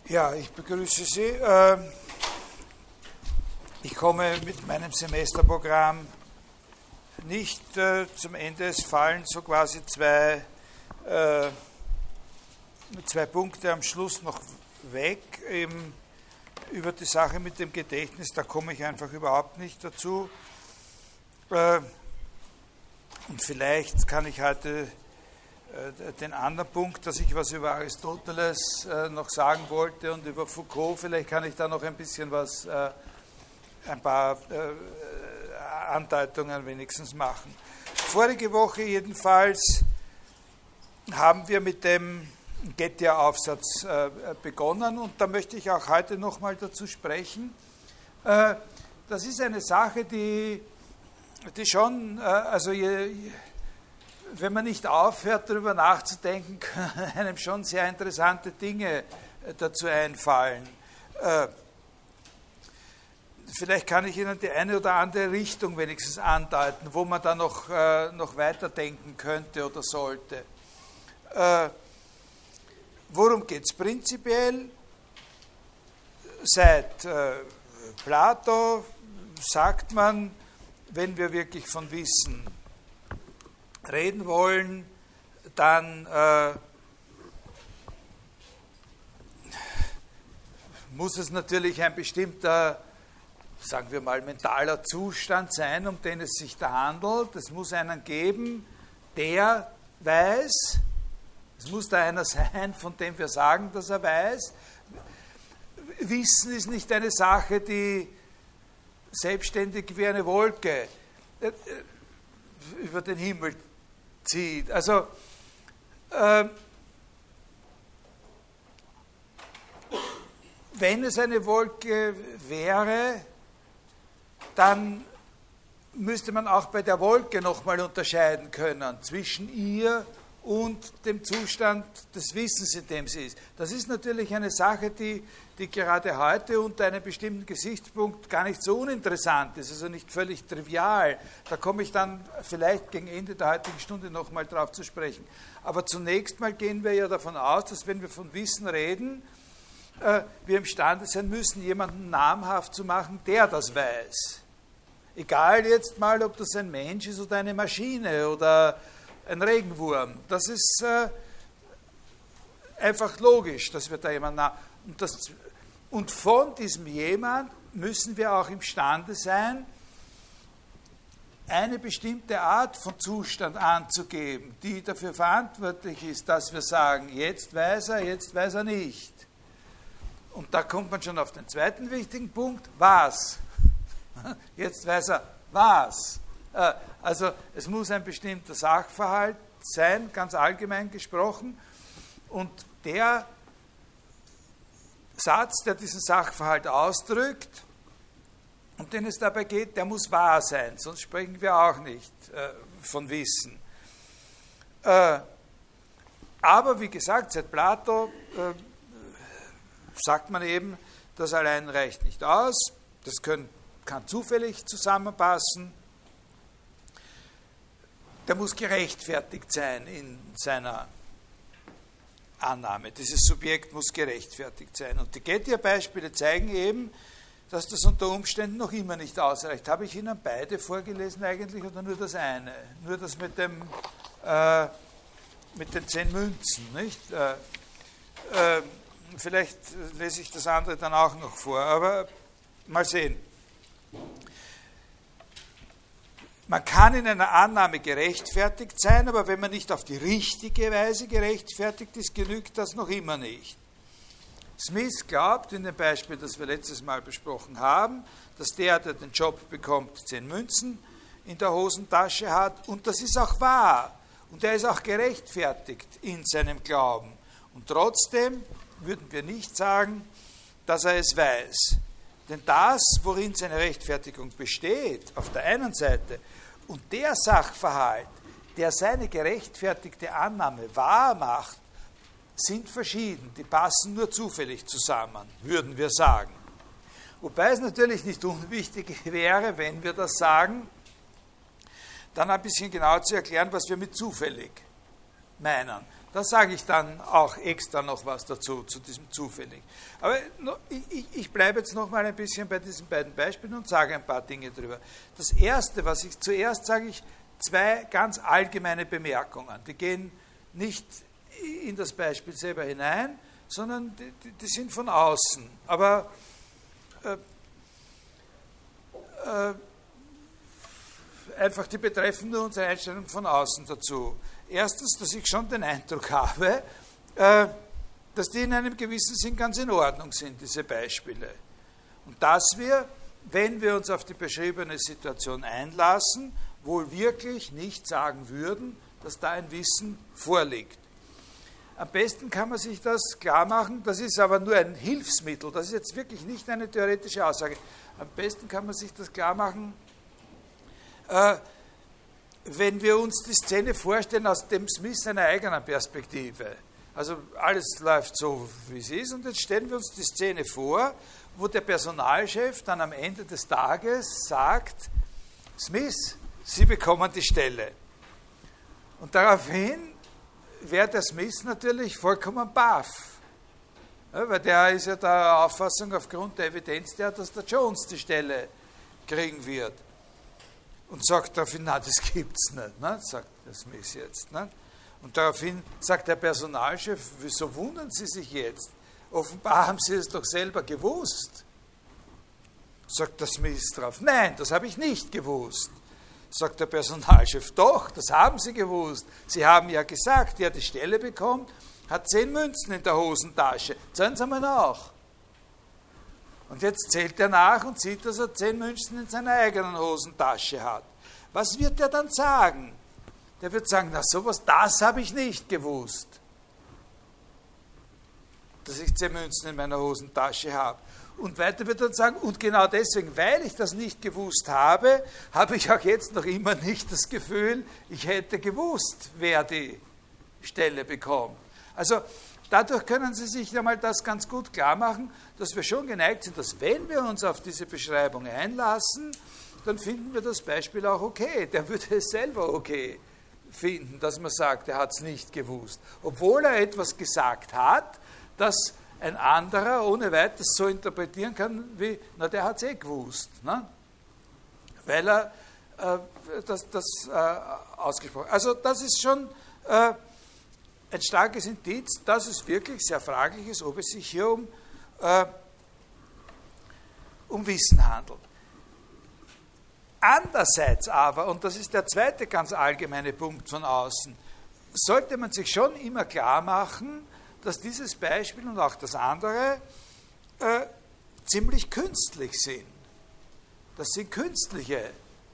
Ja, ich begrüße Sie. Ich komme mit meinem Semesterprogramm nicht zum Ende. Es fallen so quasi zwei Punkte am Schluss noch weg. Eben über die Sache mit dem Gedächtnis, da komme ich einfach überhaupt nicht dazu. Und vielleicht kann ich heute den anderen Punkt, dass ich was über Aristoteles noch sagen wollte und über Foucault, vielleicht kann ich da noch ein bisschen was, ein paar Andeutungen wenigstens machen. Vorige Woche jedenfalls haben wir mit dem Gettier-Aufsatz begonnen und da möchte ich auch heute nochmal dazu sprechen. Das ist eine Sache, die schon, also wenn man nicht aufhört, darüber nachzudenken, können einem schon sehr interessante Dinge dazu einfallen. Vielleicht kann ich Ihnen die eine oder andere Richtung wenigstens andeuten, wo man da noch weiterdenken könnte oder sollte. Worum geht es prinzipiell? Seit Plato sagt man, wenn wir wirklich von Wissen reden wollen, dann muss es natürlich ein bestimmter, sagen wir mal, mentaler Zustand sein, um den es sich da handelt. Es muss einen geben, der weiß. Es muss da einer sein, von dem wir sagen, dass er weiß. Wissen ist nicht eine Sache, die selbstständig wie eine Wolke über den Himmel zieht. Also wenn es eine Wolke wäre, dann müsste man auch bei der Wolke nochmal unterscheiden können zwischen ihr und dem Zustand des Wissens, in dem sie ist. Das ist natürlich eine Sache, die gerade heute unter einem bestimmten Gesichtspunkt gar nicht so uninteressant ist, also nicht völlig trivial. Da komme ich dann vielleicht gegen Ende der heutigen Stunde nochmal drauf zu sprechen. Aber zunächst mal gehen wir ja davon aus, dass wenn wir von Wissen reden, wir imstande sein müssen, jemanden namhaft zu machen, der das weiß. Egal jetzt mal, ob das ein Mensch ist oder eine Maschine oder ein Regenwurm. Das ist einfach logisch, dass wir da jemanden und von diesem jemand müssen wir auch imstande sein, eine bestimmte Art von Zustand anzugeben, die dafür verantwortlich ist, dass wir sagen, jetzt weiß er nicht. Und da kommt man schon auf den zweiten wichtigen Punkt, was? Jetzt weiß er was. Also es muss ein bestimmter Sachverhalt sein, ganz allgemein gesprochen, und der Satz, der diesen Sachverhalt ausdrückt, um den es dabei geht, der muss wahr sein, sonst sprechen wir auch nicht von Wissen. Aber wie gesagt, seit Plato sagt man eben, das allein reicht nicht aus, das kann zufällig zusammenpassen, der muss gerechtfertigt sein in seiner Annahme. Dieses Subjekt muss gerechtfertigt sein. Und die Gettier-Beispiele zeigen eben, dass das unter Umständen noch immer nicht ausreicht. Habe ich Ihnen beide vorgelesen eigentlich oder nur das eine? Nur das mit den 10 Münzen, nicht? Vielleicht lese ich das andere dann auch noch vor, aber mal sehen. Man kann in einer Annahme gerechtfertigt sein, aber wenn man nicht auf die richtige Weise gerechtfertigt ist, genügt das noch immer nicht. Smith glaubt, in dem Beispiel, das wir letztes Mal besprochen haben, dass der den Job bekommt, 10 Münzen in der Hosentasche hat, und das ist auch wahr. Und er ist auch gerechtfertigt in seinem Glauben. Und trotzdem würden wir nicht sagen, dass er es weiß. Denn das, worin seine Rechtfertigung besteht, auf der einen Seite, und der Sachverhalt, der seine gerechtfertigte Annahme wahr macht, sind verschieden. Die passen nur zufällig zusammen, würden wir sagen. Wobei es natürlich nicht unwichtig wäre, wenn wir das sagen, dann ein bisschen genauer zu erklären, was wir mit zufällig meinen. Da sage ich dann auch extra noch was dazu, zu diesem zufällig. Aber ich bleibe jetzt noch mal ein bisschen bei diesen beiden Beispielen und sage ein paar Dinge drüber. Das Erste, was ich zuerst sage, ich zwei ganz allgemeine Bemerkungen. Die gehen nicht in das Beispiel selber hinein, sondern die sind von außen. Aber einfach die betreffen nur unsere Einstellung von außen dazu. Erstens, dass ich schon den Eindruck habe, dass die in einem gewissen Sinn ganz in Ordnung sind, diese Beispiele. Und dass wir, wenn wir uns auf die beschriebene Situation einlassen, wohl wirklich nicht sagen würden, dass da ein Wissen vorliegt. Am besten kann man sich das klar machen, das ist aber nur ein Hilfsmittel, das ist jetzt wirklich nicht eine theoretische Aussage. Am besten kann man sich das klar machen, wenn wir uns die Szene vorstellen aus dem Smith seiner eigenen Perspektive. Also alles läuft so, wie es ist, und jetzt stellen wir uns die Szene vor, wo der Personalchef dann am Ende des Tages sagt, Smith, Sie bekommen die Stelle. Und daraufhin wäre der Smith natürlich vollkommen baff. Ja, weil der ist ja der Auffassung aufgrund der Evidenz, dass der Jones die Stelle kriegen wird. Und sagt daraufhin, na, das gibt's nicht, ne? Sagt der Smith jetzt. Ne? Und daraufhin sagt der Personalchef, wieso wundern Sie sich jetzt? Offenbar haben Sie es doch selber gewusst. Sagt der Smith drauf, nein, das habe ich nicht gewusst. Sagt der Personalchef, doch, das haben Sie gewusst. Sie haben ja gesagt, wer die Stelle bekommt, hat 10 Münzen in der Hosentasche. Zählen Sie mal nach. Und jetzt zählt er nach und sieht, dass er 10 Münzen in seiner eigenen Hosentasche hat. Was wird er dann sagen? Der wird sagen, na sowas, das habe ich nicht gewusst. Dass ich 10 Münzen in meiner Hosentasche habe. Und weiter wird er dann sagen, und genau deswegen, weil ich das nicht gewusst habe, habe ich auch jetzt noch immer nicht das Gefühl, ich hätte gewusst, wer die Stelle bekommt. Also dadurch können Sie sich einmal das ganz gut klar machen, dass wir schon geneigt sind, dass wenn wir uns auf diese Beschreibung einlassen, dann finden wir das Beispiel auch okay. Der würde es selber okay finden, dass man sagt, er hat es nicht gewusst. Obwohl er etwas gesagt hat, das ein anderer ohne weiteres so interpretieren kann, wie, na, der hat es eh gewusst. Ne? Weil er das ausgesprochen hat. Also das ist schon ein starkes Indiz, dass es wirklich sehr fraglich ist, ob es sich hier um Wissen handelt. Andererseits aber, und das ist der zweite ganz allgemeine Punkt von außen, sollte man sich schon immer klar machen, dass dieses Beispiel und auch das andere ziemlich künstlich sind. Das sind künstliche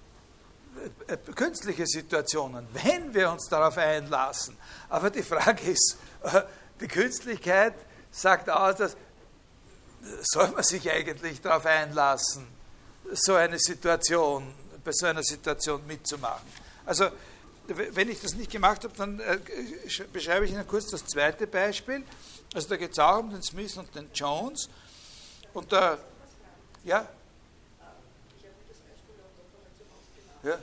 Situationen, wenn wir uns darauf einlassen. Aber die Frage ist, die Künstlichkeit sagt aus, dass soll man sich eigentlich darauf einlassen, bei so einer Situation mitzumachen. Also, wenn ich das nicht gemacht habe, dann beschreibe ich Ihnen kurz das zweite Beispiel. Also da geht es auch um den Smith und den Jones. Und da, ja? Ja.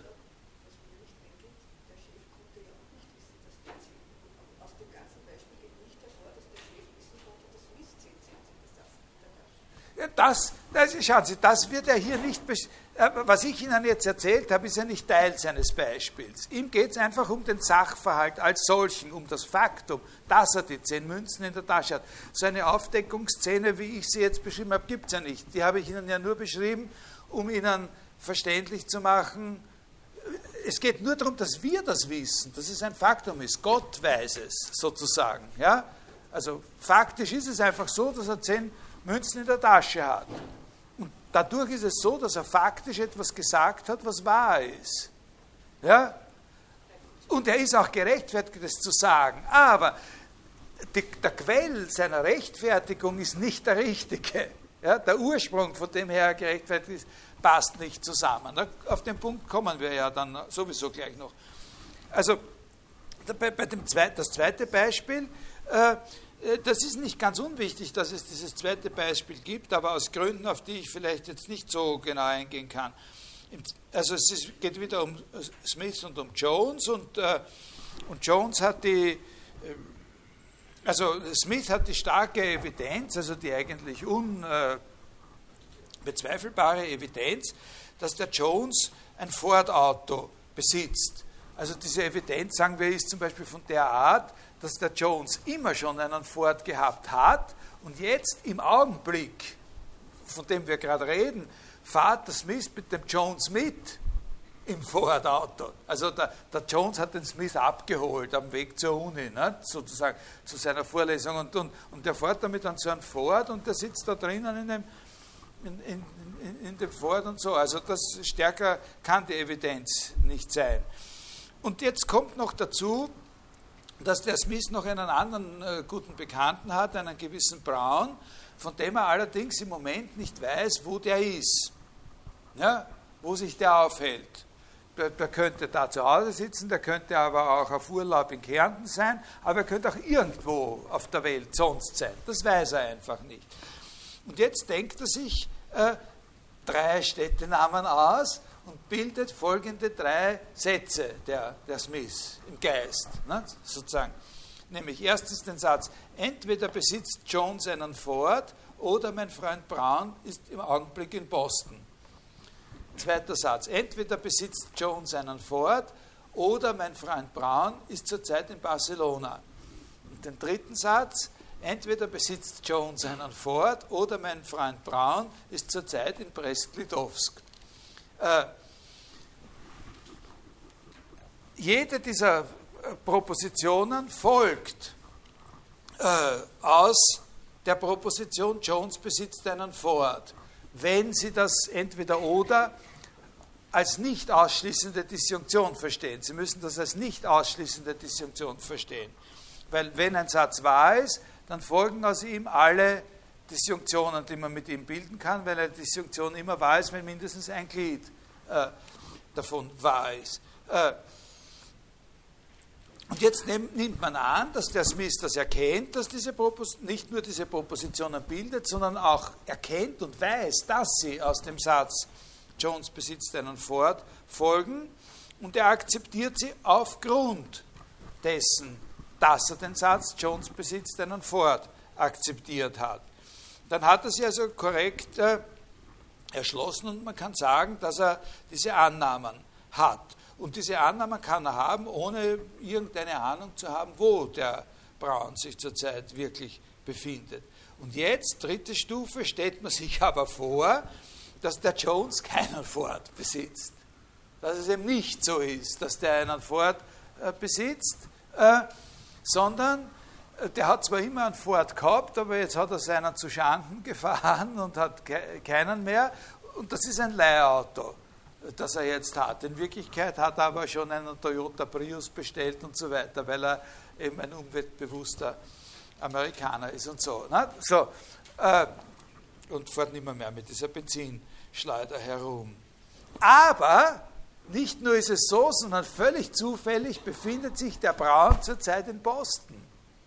Schauen Sie, das wird ja hier nicht, was ich Ihnen jetzt erzählt habe, ist ja nicht Teil seines Beispiels. Ihm geht es einfach um den Sachverhalt als solchen, um das Faktum, dass er die 10 Münzen in der Tasche hat. So eine Aufdeckungsszene, wie ich sie jetzt beschrieben habe, gibt es ja nicht. Die habe ich Ihnen ja nur beschrieben, um Ihnen verständlich zu machen, es geht nur darum, dass wir das wissen, dass es ein Faktum ist. Gott weiß es sozusagen. Ja? Also faktisch ist es einfach so, dass er 10 Münzen in der Tasche hat. Und dadurch ist es so, dass er faktisch etwas gesagt hat, was wahr ist. Ja? Und er ist auch gerechtfertigt, es zu sagen. Aber der Quell seiner Rechtfertigung ist nicht der richtige. Ja? Der Ursprung, von dem her er gerechtfertigt ist, passt nicht zusammen. Auf den Punkt kommen wir ja dann sowieso gleich noch. Also das zweite Beispiel, das ist nicht ganz unwichtig, dass es dieses zweite Beispiel gibt, aber aus Gründen, auf die ich vielleicht jetzt nicht so genau eingehen kann. Also es geht wieder um Smith und um Jones und Jones hat die also Smith hat die starke Evidenz, also die eigentlich unbezweifelbare Evidenz, dass der Jones ein Ford-Auto besitzt. Also diese Evidenz, sagen wir, ist zum Beispiel von der Art, dass der Jones immer schon einen Ford gehabt hat und jetzt im Augenblick, von dem wir gerade reden, fährt der Smith mit dem Jones mit im Ford-Auto. Also der Jones hat den Smith abgeholt am Weg zur Uni, ne, sozusagen zu seiner Vorlesung und der fährt damit an so einem Ford und der sitzt da drinnen in dem Ford und so. Also das stärker kann die Evidenz nicht sein. Und jetzt kommt noch dazu, dass der Smith noch einen anderen guten Bekannten hat, einen gewissen Brown, von dem er allerdings im Moment nicht weiß, wo der ist, ja, wo sich der aufhält. Der könnte da zu Hause sitzen, der könnte aber auch auf Urlaub in Kärnten sein, aber er könnte auch irgendwo auf der Welt sonst sein. Das weiß er einfach nicht. Und jetzt denkt er sich 3 Städtenamen aus und bildet folgende 3 Sätze, der Smith im Geist, ne, sozusagen. Nämlich erstens den Satz, entweder besitzt Jones einen Ford oder mein Freund Brown ist im Augenblick in Boston. Zweiter Satz, entweder besitzt Jones einen Ford oder mein Freund Brown ist zurzeit in Barcelona. Und den dritten Satz, entweder besitzt Jones einen Ford oder mein Freund Brown ist zurzeit in Brest-Litovsk. Jede dieser Propositionen folgt aus der Proposition Jones besitzt einen Ford, wenn Sie das entweder oder als nicht ausschließende Disjunktion verstehen. Sie müssen das als nicht ausschließende Disjunktion verstehen. Weil wenn ein Satz wahr ist, dann folgen aus ihm alle Disjunktionen, die man mit ihm bilden kann, weil eine Disjunktion immer wahr ist, wenn mindestens ein Glied davon wahr ist. Und jetzt nimmt man an, dass der Smith das erkennt, dass nicht nur diese Propositionen bildet, sondern auch erkennt und weiß, dass sie aus dem Satz Jones besitzt einen Ford folgen und er akzeptiert sie aufgrund dessen, dass er den Satz Jones besitzt einen Ford akzeptiert hat. Dann hat er sie also korrekt erschlossen und man kann sagen, dass er diese Annahmen hat. Und diese Annahmen kann er haben, ohne irgendeine Ahnung zu haben, wo der Brown sich zurzeit wirklich befindet. Und jetzt, dritte Stufe, stellt man sich aber vor, dass der Jones keinen Ford besitzt. Dass es eben nicht so ist, dass der einen Ford besitzt, sondern der hat zwar immer einen Ford gehabt, aber jetzt hat er seinen zu Schanden gefahren und hat keinen mehr. Und das ist ein Leihauto, das er jetzt hat. In Wirklichkeit hat er aber schon einen Toyota Prius bestellt und so weiter, weil er eben ein umweltbewusster Amerikaner ist und so. Ne? Und fährt nicht mehr mit dieser Benzinschleuder herum. Aber nicht nur ist es so, sondern völlig zufällig befindet sich der Brown zurzeit in Boston.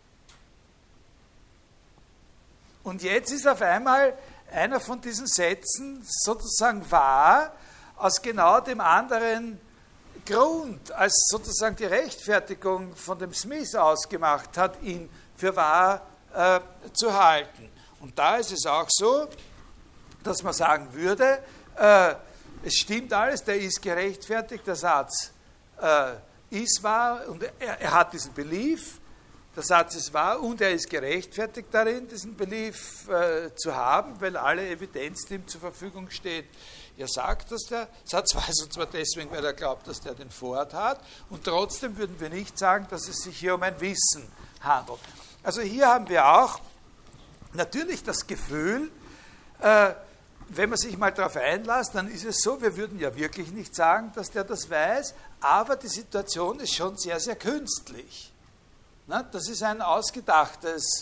Und jetzt ist auf einmal einer von diesen Sätzen sozusagen wahr, aus genau dem anderen Grund, als sozusagen die Rechtfertigung von dem Smith ausgemacht hat, ihn für wahr zu halten. Und da ist es auch so, dass man sagen würde, es stimmt alles, der ist gerechtfertigt, der Satz ist wahr und er hat diesen Belief, der Satz ist wahr und er ist gerechtfertigt darin, diesen Belief zu haben, weil alle Evidenz, die ihm zur Verfügung steht, er sagt, dass der Satz wahr ist, und zwar deswegen, weil er glaubt, dass der den Ford hat, und trotzdem würden wir nicht sagen, dass es sich hier um ein Wissen handelt. Also hier haben wir auch natürlich das Gefühl, wenn man sich mal darauf einlässt, dann ist es so, wir würden ja wirklich nicht sagen, dass der das weiß, aber die Situation ist schon sehr, sehr künstlich. Das ist ein ausgedachtes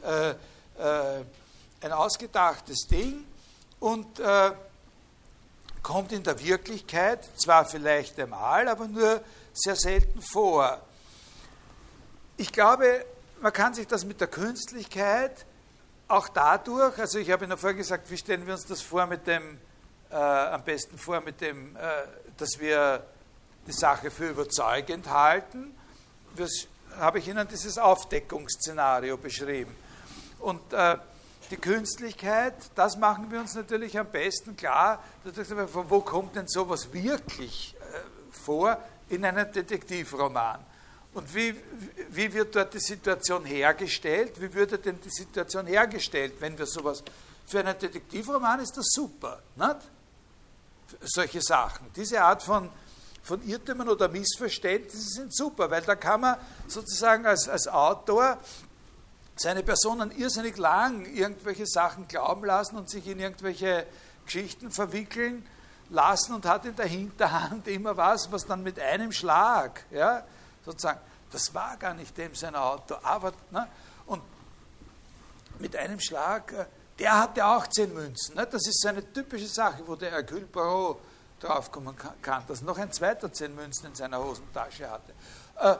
Ding und kommt in der Wirklichkeit zwar vielleicht einmal, aber nur sehr selten vor. Ich glaube, man kann sich das mit der Künstlichkeit auch dadurch, also ich habe Ihnen vorher gesagt, wie stellen wir uns das vor mit dem, am besten vor mit dem, dass wir die Sache für überzeugend halten. Wir habe ich Ihnen dieses Aufdeckungsszenario beschrieben. Und die Künstlichkeit, das machen wir uns natürlich am besten klar, von wo kommt denn sowas wirklich vor in einem Detektivroman? Und wie wird dort die Situation hergestellt? Wie würde denn die Situation hergestellt, wenn wir sowas... Für einen Detektivroman ist das super, nicht? Solche Sachen. Diese Art von Irrtümern oder Missverständnissen sind super, weil da kann man sozusagen als Autor seine Personen irrsinnig lang irgendwelche Sachen glauben lassen und sich in irgendwelche Geschichten verwickeln lassen und hat in der Hinterhand immer was dann mit einem Schlag, ja, sozusagen, das war gar nicht dem sein Autor, aber, ne, und mit einem Schlag, der hatte auch 10 Münzen, ne, das ist so eine typische Sache, wo der Hercule Poirot draufkommen kann, dass noch ein zweiter 10 Münzen in seiner Hosentasche hatte.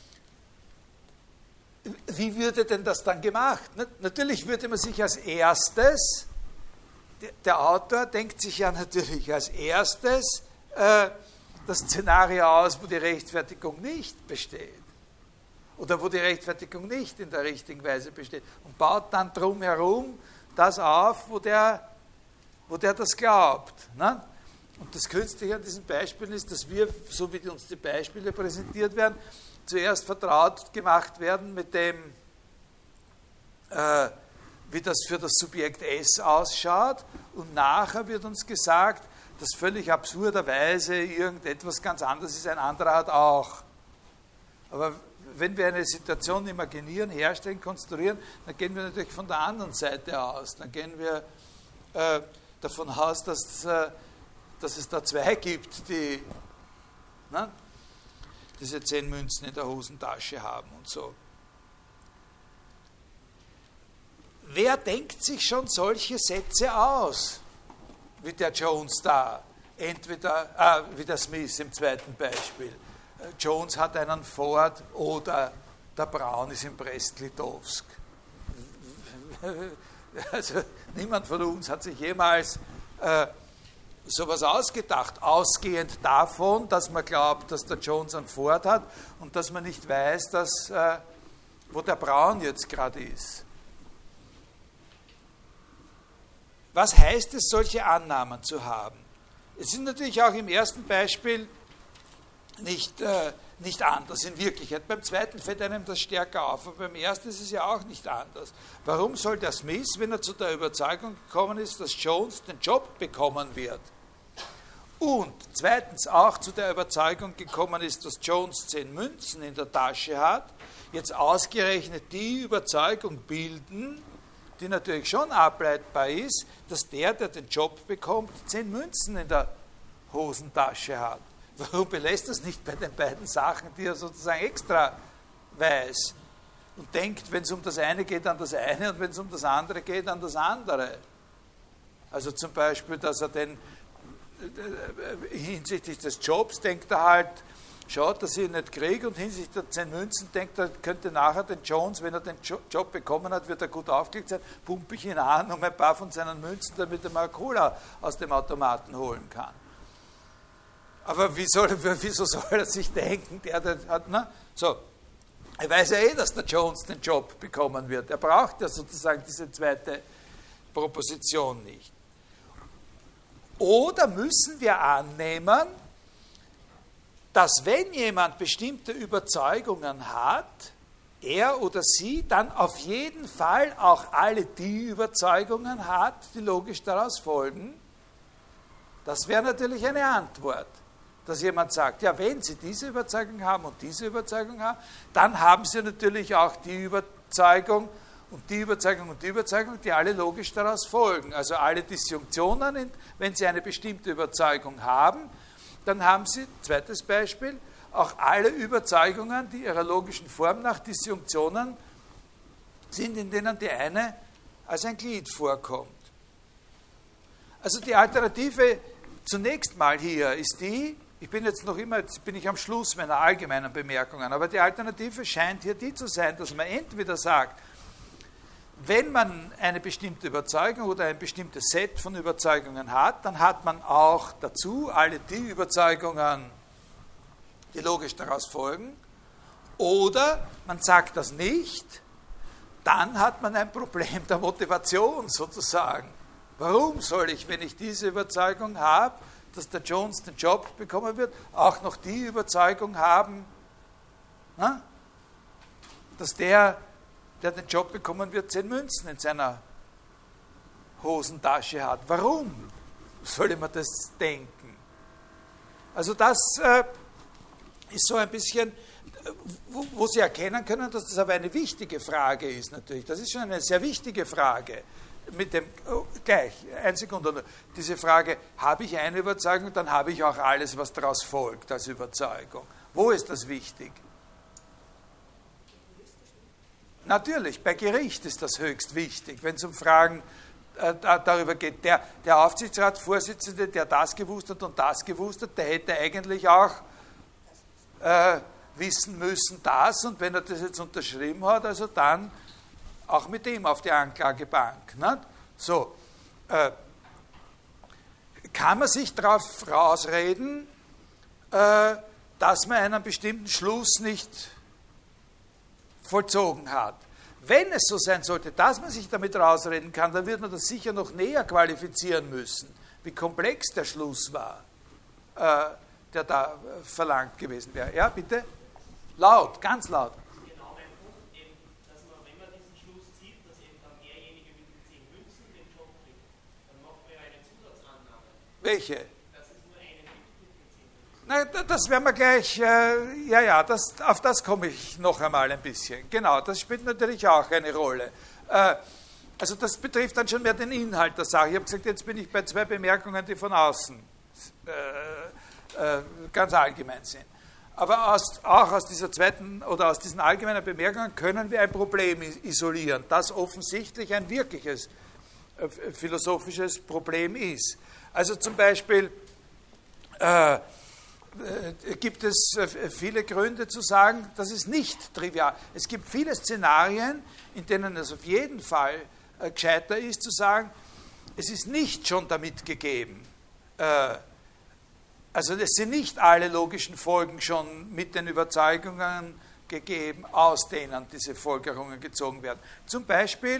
Wie würde denn das dann gemacht? Natürlich würde man sich als erstes, der Autor denkt sich ja natürlich als erstes das Szenario aus, wo die Rechtfertigung nicht besteht. Oder wo die Rechtfertigung nicht in der richtigen Weise besteht. Und baut dann drumherum das auf, wo der das glaubt. Ne? Und das Künstliche an diesen Beispielen ist, dass wir, so wie uns die Beispiele präsentiert werden, zuerst vertraut gemacht werden mit dem, wie das für das Subjekt S ausschaut, und nachher wird uns gesagt, dass völlig absurderweise irgendetwas ganz anderes ist, ein anderer hat auch. Aber wenn wir eine Situation imaginieren, herstellen, konstruieren, dann gehen wir natürlich von der anderen Seite aus. Dann gehen wir davon aus, dass es da 2 gibt, die diese 10 Münzen in der Hosentasche haben und so. Wer denkt sich schon solche Sätze aus, wie der Jones da, entweder wie der Smith im zweiten Beispiel. Jones hat einen Ford oder der Braun ist in Brest-Litovsk. Also niemand von uns hat sich jemals sowas ausgedacht, ausgehend davon, dass man glaubt, dass der Jones einen Ford hat und dass man nicht weiß, wo der Braun jetzt gerade ist. Was heißt es, solche Annahmen zu haben? Es sind natürlich auch im ersten Beispiel nicht anders in Wirklichkeit. Beim zweiten fällt einem das stärker auf, aber beim ersten ist es ja auch nicht anders. Warum soll der Smith, wenn er zu der Überzeugung gekommen ist, dass Jones den Job bekommen wird, und zweitens auch zu der Überzeugung gekommen ist, dass Jones 10 Münzen in der Tasche hat, jetzt ausgerechnet die Überzeugung bilden, die natürlich schon ableitbar ist, dass der den Job bekommt, 10 Münzen in der Hosentasche hat? Warum belässt das nicht bei den beiden Sachen, die er sozusagen extra weiß und denkt, wenn es um das eine geht, an das eine und wenn es um das andere geht, an das andere? Also zum Beispiel, dass er hinsichtlich des Jobs denkt er halt, schaut, dass ich ihn nicht kriege, und hinsichtlich der 10 Münzen denkt er, könnte nachher den Jones, wenn er den Job bekommen hat, wird er gut aufgelegt sein, pumpe ich ihn an um ein paar von seinen Münzen, damit er mal Cola aus dem Automaten holen kann. Aber wieso soll er sich denken, der hat, ne? So, er weiß ja dass der Jones den Job bekommen wird. Er braucht ja sozusagen diese zweite Proposition nicht. Oder müssen wir annehmen, dass wenn jemand bestimmte Überzeugungen hat, er oder sie dann auf jeden Fall auch alle die Überzeugungen hat, die logisch daraus folgen? Das wäre natürlich eine Antwort, dass jemand sagt, ja, wenn Sie diese Überzeugung haben und diese Überzeugung haben, dann haben Sie natürlich auch die Überzeugung und die Überzeugung und die Überzeugung, die alle logisch daraus folgen. Also alle Disjunktionen, wenn Sie eine bestimmte Überzeugung haben, dann haben Sie, zweites Beispiel, auch alle Überzeugungen, die ihrer logischen Form nach Disjunktionen sind, in denen die eine als ein Glied vorkommt. Also die Alternative zunächst mal hier ist die, jetzt bin ich am Schluss meiner allgemeinen Bemerkungen, aber die Alternative scheint hier die zu sein, dass man entweder sagt, wenn man eine bestimmte Überzeugung oder ein bestimmtes Set von Überzeugungen hat, dann hat man auch dazu alle die Überzeugungen, die logisch daraus folgen. Oder man sagt das nicht, dann hat man ein Problem der Motivation sozusagen. Warum soll ich, wenn ich diese Überzeugung habe, dass der Jones den Job bekommen wird, auch noch die Überzeugung haben, dass der den Job bekommen wird, 10 Münzen in seiner Hosentasche hat? Warum soll ich mir das denken? Also das ist so ein bisschen, wo Sie erkennen können, dass das aber eine wichtige Frage ist natürlich. Das ist schon eine sehr wichtige Frage. Mit dem, gleich, eine Sekunde, diese Frage, habe ich eine Überzeugung, dann habe ich auch alles, was daraus folgt als Überzeugung. Wo ist das wichtig? Natürlich, bei Gericht ist das höchst wichtig, wenn es um Fragen darüber geht. Der Aufsichtsratsvorsitzende, der das gewusst hat und das gewusst hat, der hätte eigentlich auch wissen müssen, das, und wenn er das jetzt unterschrieben hat, also dann auch mit ihm auf die Anklagebank. Nicht? So, kann man sich darauf rausreden, dass man einen bestimmten Schluss nicht vollzogen hat. Wenn es so sein sollte, dass man sich damit rausreden kann, dann wird man das sicher noch näher qualifizieren müssen, wie komplex der Schluss war, der da verlangt gewesen wäre. Ja, bitte? Laut, ganz laut. Genau mein Punkt, eben, dass man, wenn man diesen Schluss zieht, dass eben dann derjenige mit den 10 Münzen den Job kriegt, dann macht man ja eine Zusatzannahme. Welche? Dass es nur einen gibt mit den 10 Münzen. Na, das werden wir gleich, auf das komme ich noch einmal ein bisschen. Genau, das spielt natürlich auch eine Rolle. Also das betrifft dann schon mehr den Inhalt der Sache. Ich habe gesagt, jetzt bin ich bei 2 Bemerkungen, die von außen ganz allgemein sind. Aber auch aus dieser zweiten oder aus diesen allgemeinen Bemerkungen können wir ein Problem isolieren, das offensichtlich ein wirkliches philosophisches Problem ist. Also zum Beispiel gibt es viele Gründe zu sagen, das ist nicht trivial. Es gibt viele Szenarien, in denen es auf jeden Fall gescheiter ist zu sagen, es ist nicht schon damit gegeben. Also es sind nicht alle logischen Folgen schon mit den Überzeugungen gegeben, aus denen diese Folgerungen gezogen werden. Zum Beispiel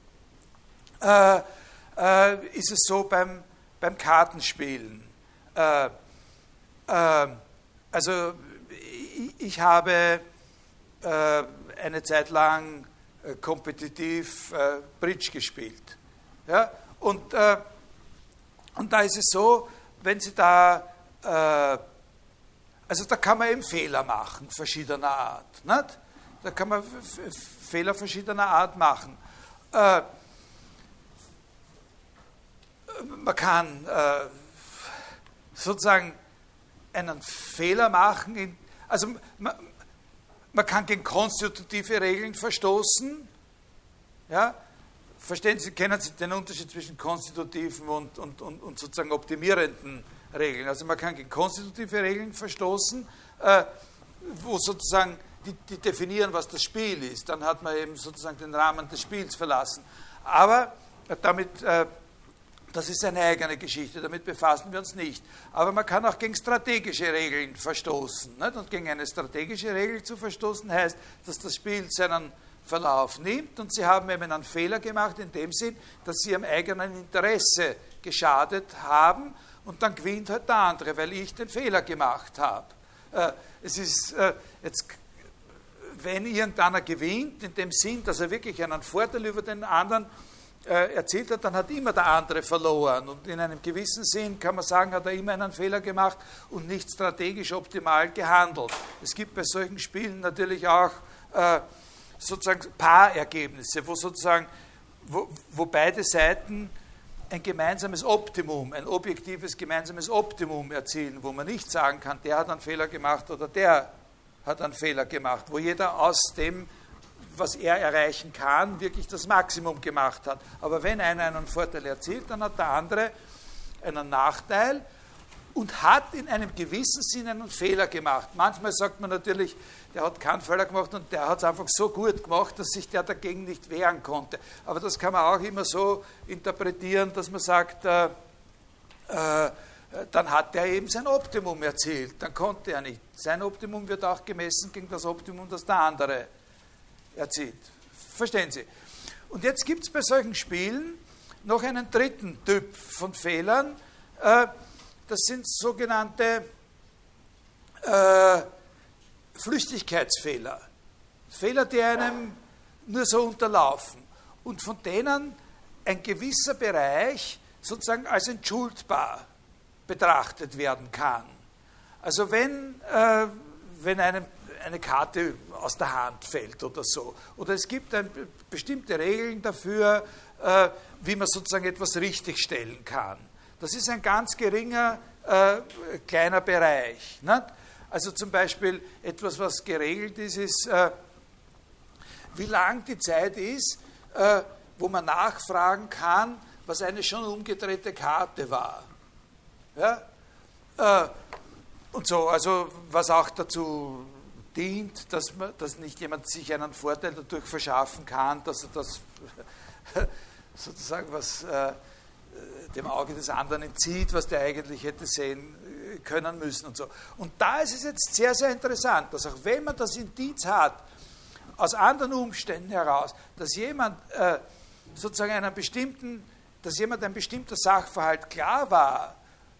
ist es so beim Kartenspielen. Also ich habe eine Zeit lang kompetitiv Bridge gespielt. Ja? Und da ist es so, wenn Sie da also da kann man eben Fehler machen, verschiedener Art. Nicht? Da kann man Fehler verschiedener Art machen. Man kann sozusagen einen Fehler machen, also man kann gegen konstitutive Regeln verstoßen. Ja? Verstehen Sie, kennen Sie den Unterschied zwischen konstitutiven und sozusagen optimierenden Regeln? Also man kann gegen konstitutive Regeln verstoßen, wo sozusagen die definieren, was das Spiel ist. Dann hat man eben sozusagen den Rahmen des Spiels verlassen. Aber damit, das ist eine eigene Geschichte, damit befassen wir uns nicht. Aber man kann auch gegen strategische Regeln verstoßen. Nicht? Und gegen eine strategische Regel zu verstoßen heißt, dass das Spiel seinen Verlauf nimmt und Sie haben eben einen Fehler gemacht in dem Sinn, dass Sie Ihrem eigenen Interesse geschadet haben und dann gewinnt halt der andere, weil ich den Fehler gemacht habe. Es ist jetzt, wenn irgendeiner gewinnt, in dem Sinn, dass er wirklich einen Vorteil über den anderen erzielt hat, dann hat immer der andere verloren. Und in einem gewissen Sinn kann man sagen, hat er immer einen Fehler gemacht und nicht strategisch optimal gehandelt. Es gibt bei solchen Spielen natürlich auch sozusagen Paarergebnisse, wo beide Seiten ein gemeinsames Optimum, ein objektives gemeinsames Optimum erzielen, wo man nicht sagen kann, der hat einen Fehler gemacht oder der hat einen Fehler gemacht, wo jeder aus dem, was er erreichen kann, wirklich das Maximum gemacht hat. Aber wenn einer einen Vorteil erzielt, dann hat der andere einen Nachteil und hat in einem gewissen Sinn einen Fehler gemacht. Manchmal sagt man natürlich, der hat keinen Fehler gemacht und der hat es einfach so gut gemacht, dass sich der dagegen nicht wehren konnte. Aber das kann man auch immer so interpretieren, dass man sagt, dann hat er eben sein Optimum erzielt. Dann konnte er nicht. Sein Optimum wird auch gemessen gegen das Optimum, das der andere erzielt. Verstehen Sie? Und jetzt gibt es bei solchen Spielen noch einen dritten Typ von Fehlern. Das sind sogenannte Flüchtigkeitsfehler. Fehler, die einem nur so unterlaufen. Und von denen ein gewisser Bereich sozusagen als entschuldbar betrachtet werden kann. Also wenn einem eine Karte aus der Hand fällt oder so, oder es gibt bestimmte Regeln dafür, wie man sozusagen etwas richtigstellen kann. Das ist ein ganz geringer, kleiner Bereich. Nicht? Also zum Beispiel etwas, was geregelt ist, wie lang die Zeit ist, wo man nachfragen kann, was eine schon umgedrehte Karte war. Ja? Und so, also was auch dazu dient, dass nicht jemand sich einen Vorteil dadurch verschaffen kann, dass er das sozusagen was dem Auge des anderen entzieht, was der eigentlich hätte sehen können müssen und so. Und da ist es jetzt sehr, sehr interessant, dass auch wenn man das Indiz hat, aus anderen Umständen heraus, dass jemand sozusagen ein bestimmter Sachverhalt klar war,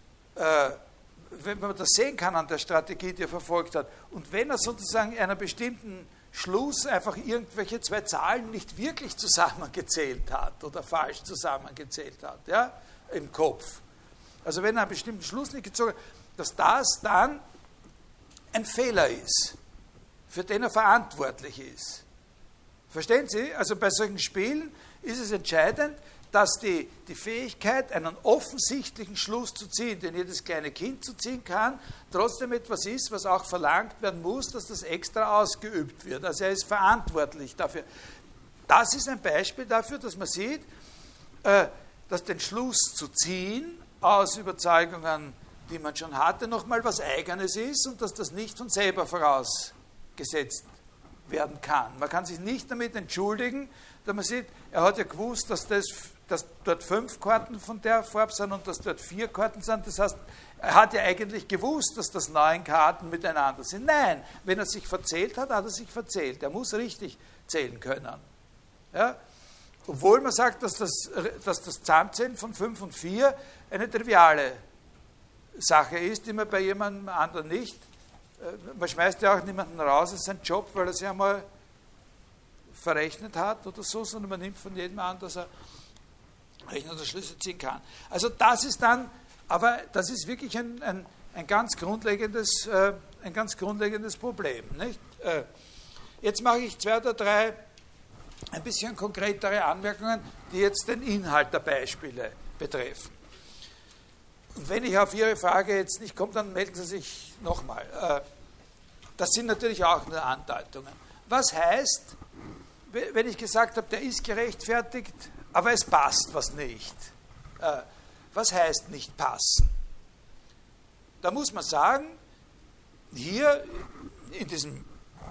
wenn man das sehen kann an der Strategie, die er verfolgt hat, und wenn er sozusagen einen bestimmten Schluss einfach irgendwelche zwei Zahlen nicht wirklich zusammengezählt hat oder falsch zusammengezählt hat, ja, im Kopf. Also wenn er einen bestimmten Schluss nicht gezogen hat, dass das dann ein Fehler ist, für den er verantwortlich ist. Verstehen Sie? Also bei solchen Spielen ist es entscheidend, dass die Fähigkeit, einen offensichtlichen Schluss zu ziehen, den jedes kleine Kind zu ziehen kann, trotzdem etwas ist, was auch verlangt werden muss, dass das extra ausgeübt wird. Also er ist verantwortlich dafür. Das ist ein Beispiel dafür, dass man sieht, dass den Schluss zu ziehen aus Überzeugungen, die man schon hatte, nochmal was Eigenes ist und dass das nicht von selber vorausgesetzt werden kann. Man kann sich nicht damit entschuldigen, dass man sieht, er hat ja gewusst, dass dort 5 Karten von der Farbe sind und dass dort 4 Karten sind. Das heißt, er hat ja eigentlich gewusst, dass das 9 Karten miteinander sind. Nein, wenn er sich verzählt hat, hat er sich verzählt. Er muss richtig zählen können. Ja? Obwohl man sagt, dass das Zusammenzählen von 5 und 4 eine triviale Sache ist, die man bei jemandem anderen nicht. Man schmeißt ja auch niemanden raus, es ist sein Job, weil er sich einmal verrechnet hat oder so, sondern man nimmt von jedem an, dass er Rechnen oder Schlüsse ziehen kann. Also das ist dann, aber das ist wirklich ein ganz grundlegendes Problem. Nicht? Jetzt mache ich 2 oder 3 ein bisschen konkretere Anmerkungen, die jetzt den Inhalt der Beispiele betreffen. Und wenn ich auf Ihre Frage jetzt nicht komme, dann melden Sie sich nochmal. Das sind natürlich auch nur Andeutungen. Was heißt, wenn ich gesagt habe, der ist gerechtfertigt, aber es passt was nicht? Was heißt nicht passen? Da muss man sagen, hier in diesem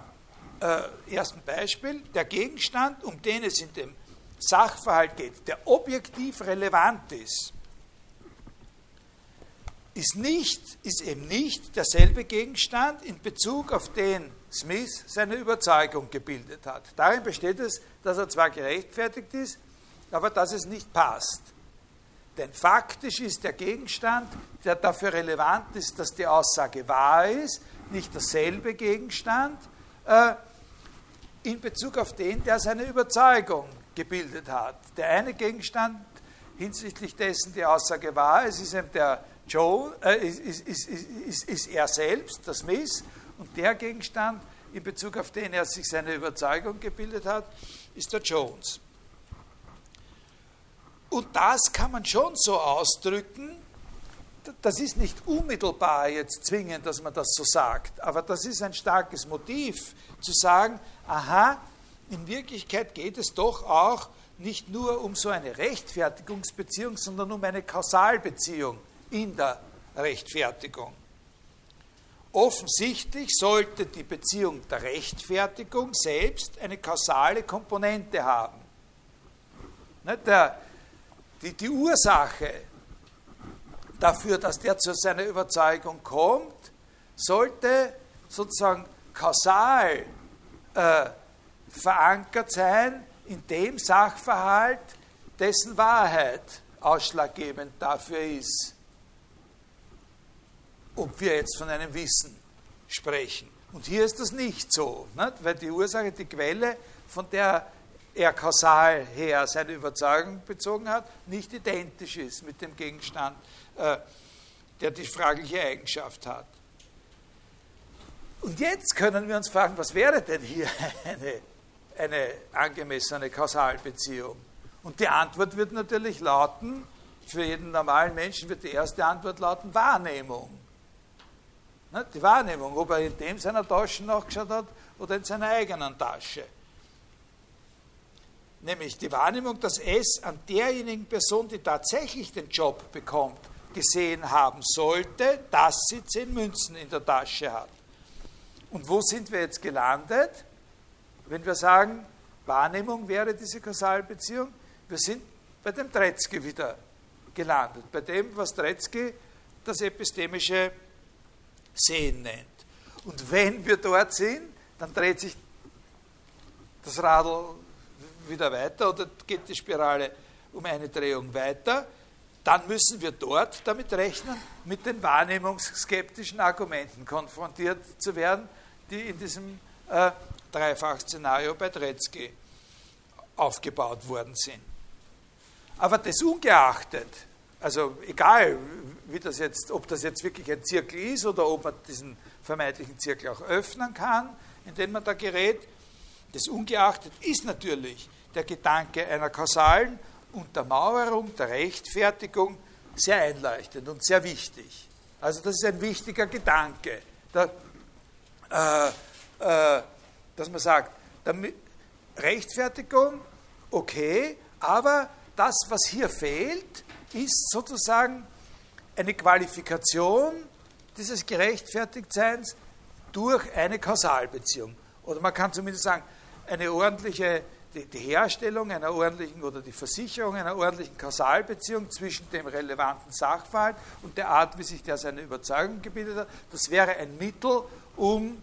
ersten Beispiel, der Gegenstand, um den es in dem Sachverhalt geht, der objektiv relevant ist, ist eben nicht derselbe Gegenstand, in Bezug auf den Smith seine Überzeugung gebildet hat. Darin besteht es, dass er zwar gerechtfertigt ist, aber dass es nicht passt. Denn faktisch ist der Gegenstand, der dafür relevant ist, dass die Aussage wahr ist, nicht derselbe Gegenstand in Bezug auf den, der seine Überzeugung gebildet hat. Der eine Gegenstand hinsichtlich dessen die Aussage wahr ist, ist eben der Joe, ist er selbst, der Smith, und der Gegenstand, in Bezug auf den er sich seine Überzeugung gebildet hat, ist der Jones. Und das kann man schon so ausdrücken, das ist nicht unmittelbar jetzt zwingend, dass man das so sagt, aber das ist ein starkes Motiv, zu sagen, aha, in Wirklichkeit geht es doch auch nicht nur um so eine Rechtfertigungsbeziehung, sondern um eine Kausalbeziehung in der Rechtfertigung. Offensichtlich sollte die Beziehung der Rechtfertigung selbst eine kausale Komponente haben. Die Ursache dafür, dass der zu seiner Überzeugung kommt, sollte sozusagen kausal verankert sein in dem Sachverhalt, dessen Wahrheit ausschlaggebend dafür ist, ob wir jetzt von einem Wissen sprechen. Und hier ist das nicht so, nicht? Weil die Ursache, die Quelle, von der er kausal her seine Überzeugung bezogen hat, nicht identisch ist mit dem Gegenstand, der die fragliche Eigenschaft hat. Und jetzt können wir uns fragen, was wäre denn hier eine angemessene Kausalbeziehung? Und die Antwort wird natürlich lauten, für jeden normalen Menschen wird die erste Antwort lauten, Wahrnehmung. Die Wahrnehmung, ob er in dem seiner Taschen nachgeschaut hat oder in seiner eigenen Tasche. Nämlich die Wahrnehmung, dass es an derjenigen Person, die tatsächlich den Job bekommt, gesehen haben sollte, dass sie 10 Münzen in der Tasche hat. Und wo sind wir jetzt gelandet? Wenn wir sagen, Wahrnehmung wäre diese Kausalbeziehung, wir sind bei dem Tretzky wieder gelandet, bei dem, was Tretzky das epistemische Sehen nennt. Und wenn wir dort sind, dann dreht sich das Radl wieder weiter oder geht die Spirale um eine Drehung weiter, dann müssen wir dort damit rechnen, mit den wahrnehmungsskeptischen Argumenten konfrontiert zu werden, die in diesem Dreifach-Szenario bei Tretzky aufgebaut worden sind. Aber das ungeachtet, also egal, wie das jetzt, ob das jetzt wirklich ein Zirkel ist oder ob man diesen vermeintlichen Zirkel auch öffnen kann, in den man da gerät, das ungeachtet ist natürlich der Gedanke einer kausalen Untermauerung der Rechtfertigung sehr einleuchtend und sehr wichtig. Also das ist ein wichtiger Gedanke, dass man sagt, Rechtfertigung, okay, aber das, was hier fehlt, ist sozusagen eine Qualifikation dieses Gerechtfertigtseins durch eine Kausalbeziehung. Oder man kann zumindest sagen, eine ordentliche, die Herstellung einer ordentlichen oder die Versicherung einer ordentlichen Kausalbeziehung zwischen dem relevanten Sachverhalt und der Art, wie sich der seine Überzeugung gebildet hat, das wäre ein Mittel, um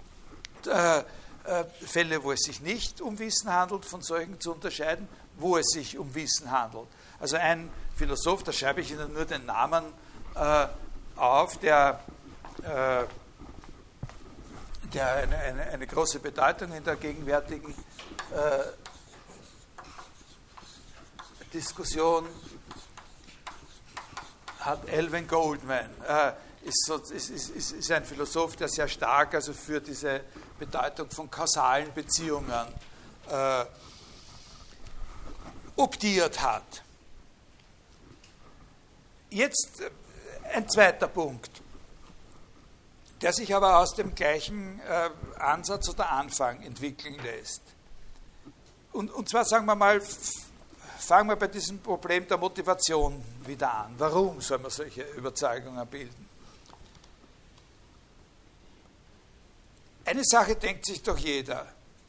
Fälle, wo es sich nicht um Wissen handelt, von solchen zu unterscheiden, wo es sich um Wissen handelt. Also ein Philosoph, da schreibe ich Ihnen nur den Namen auf, der eine große Bedeutung in der gegenwärtigen Diskussion hat. Alvin Goldman ist ein Philosoph, der sehr stark also für diese Bedeutung von kausalen Beziehungen optiert hat. Jetzt ein zweiter Punkt, der sich aber aus dem gleichen Ansatz oder Anfang entwickeln lässt. Und zwar sagen wir mal, fangen wir bei diesem Problem der Motivation wieder an. Warum soll man solche Überzeugungen bilden? Eine Sache denkt sich doch jeder.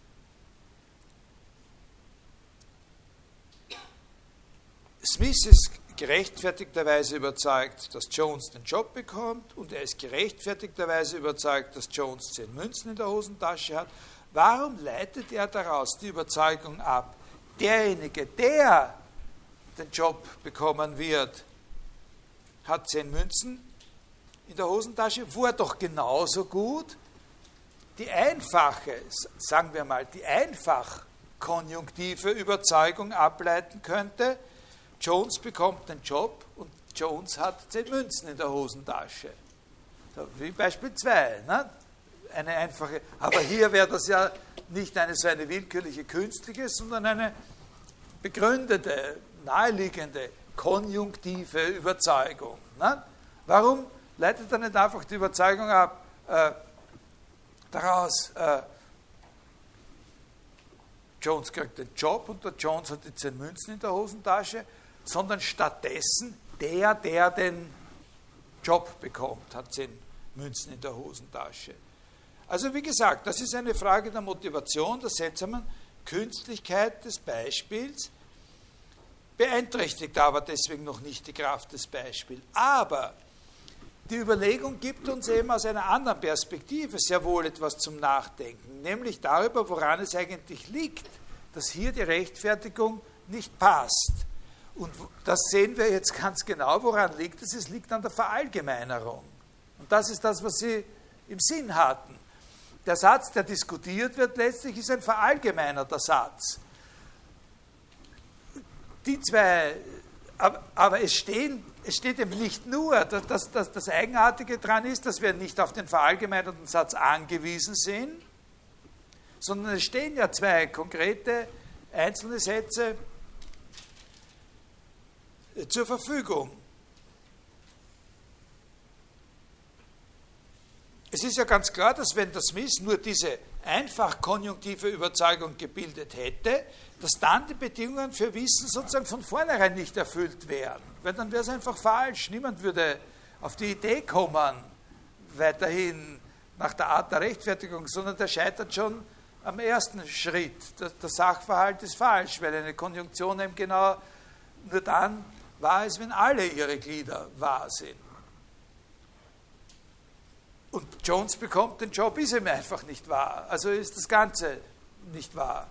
Smith ist gerechtfertigterweise überzeugt, dass Jones den Job bekommt und er ist gerechtfertigterweise überzeugt, dass Jones 10 Münzen in der Hosentasche hat. Warum leitet er daraus die Überzeugung ab, derjenige, der den Job bekommen wird, hat 10 Münzen in der Hosentasche, wo er doch genauso gut die einfache, sagen wir mal, die einfach konjunktive Überzeugung ableiten könnte, Jones bekommt den Job und Jones hat 10 Münzen in der Hosentasche. So, wie Beispiel 2. Ne? Eine einfache, aber hier wäre das ja nicht so eine willkürliche künstliche, sondern eine begründete, naheliegende, konjunktive Überzeugung. Ne? Warum leitet er nicht einfach die Überzeugung ab, daraus, Jones kriegt den Job und der Jones hat die 10 Münzen in der Hosentasche, sondern stattdessen der den Job bekommt, hat 10 Münzen in der Hosentasche. Also wie gesagt, das ist eine Frage der Motivation, der seltsamen Künstlichkeit des Beispiels. beeinträchtigt aber deswegen noch nicht die Kraft des Beispiels. Aber die Überlegung gibt uns eben aus einer anderen Perspektive sehr wohl etwas zum Nachdenken, nämlich darüber, woran es eigentlich liegt, dass hier die Rechtfertigung nicht passt. Und das sehen wir jetzt ganz genau, woran liegt es. Es liegt an der Verallgemeinerung. Und das ist das, was Sie im Sinn hatten. Der Satz, der diskutiert wird, letztlich ist ein verallgemeinerter Satz. Die zwei, aber es steht eben nicht nur, dass das Eigenartige daran ist, dass wir nicht auf den verallgemeinerten Satz angewiesen sind, sondern es stehen ja zwei konkrete einzelne Sätze zur Verfügung. Es ist ja ganz klar, dass wenn der Smith nur diese einfach konjunktive Überzeugung gebildet hätte, dass dann die Bedingungen für Wissen sozusagen von vornherein nicht erfüllt wären. Weil dann wäre es einfach falsch. Niemand würde auf die Idee kommen, weiterhin nach der Art der Rechtfertigung, sondern der scheitert schon am ersten Schritt. Der Sachverhalt ist falsch, weil eine Konjunktion eben genau nur dann wahr ist, wenn alle ihre Glieder wahr sind. Und Jones bekommt den Job, ist ihm einfach nicht wahr. Also ist das Ganze nicht wahr.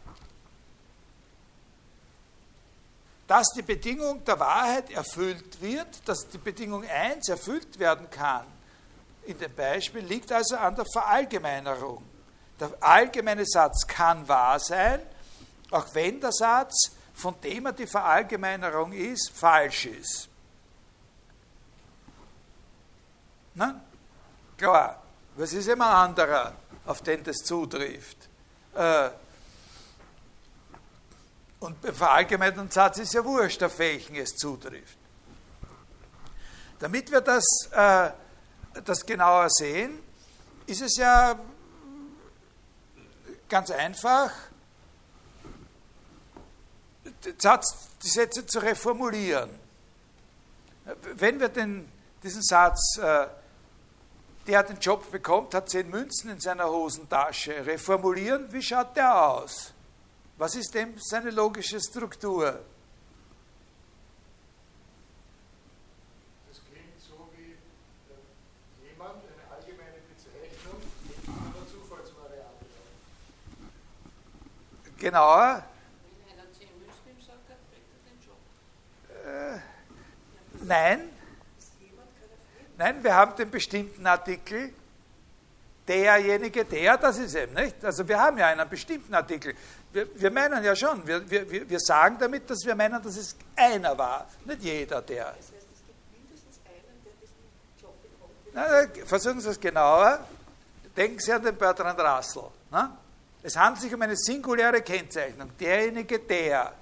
Dass die Bedingung der Wahrheit erfüllt wird, dass die Bedingung 1 erfüllt werden kann, in dem Beispiel, liegt also an der Verallgemeinerung. Der allgemeine Satz kann wahr sein, auch wenn der Satz, von dem er die Verallgemeinerung ist, falsch ist. Na? Klar, was ist immer ein anderer, auf den das zutrifft? Und beim verallgemeinerten Satz ist ja wurscht, auf welchen es zutrifft. Damit wir das genauer sehen, ist es ja ganz einfach, die Sätze zu reformulieren. Wenn wir diesen Satz, der den Job bekommt, hat 10 Münzen in seiner Hosentasche, reformulieren, wie schaut der aus? Was ist dem seine logische Struktur? Das klingt so wie jemand, eine allgemeine Bezeichnung, die einer Zufallsvariable. Genauer? Wenn einer 10 Münzen im Sack hat, kriegt er den Job. Nein. Nein, wir haben den bestimmten Artikel, derjenige, der, das ist eben, nicht? Also wir haben ja einen bestimmten Artikel. Wir meinen ja schon, wir sagen damit, dass wir meinen, dass es einer war, nicht jeder, der. Das heißt, es gibt mindestens einen, der diesen Job bekommt. Na, versuchen Sie es genauer. Denken Sie an den Bertrand Russell. Ne? Es handelt sich um eine singuläre Kennzeichnung, derjenige, der.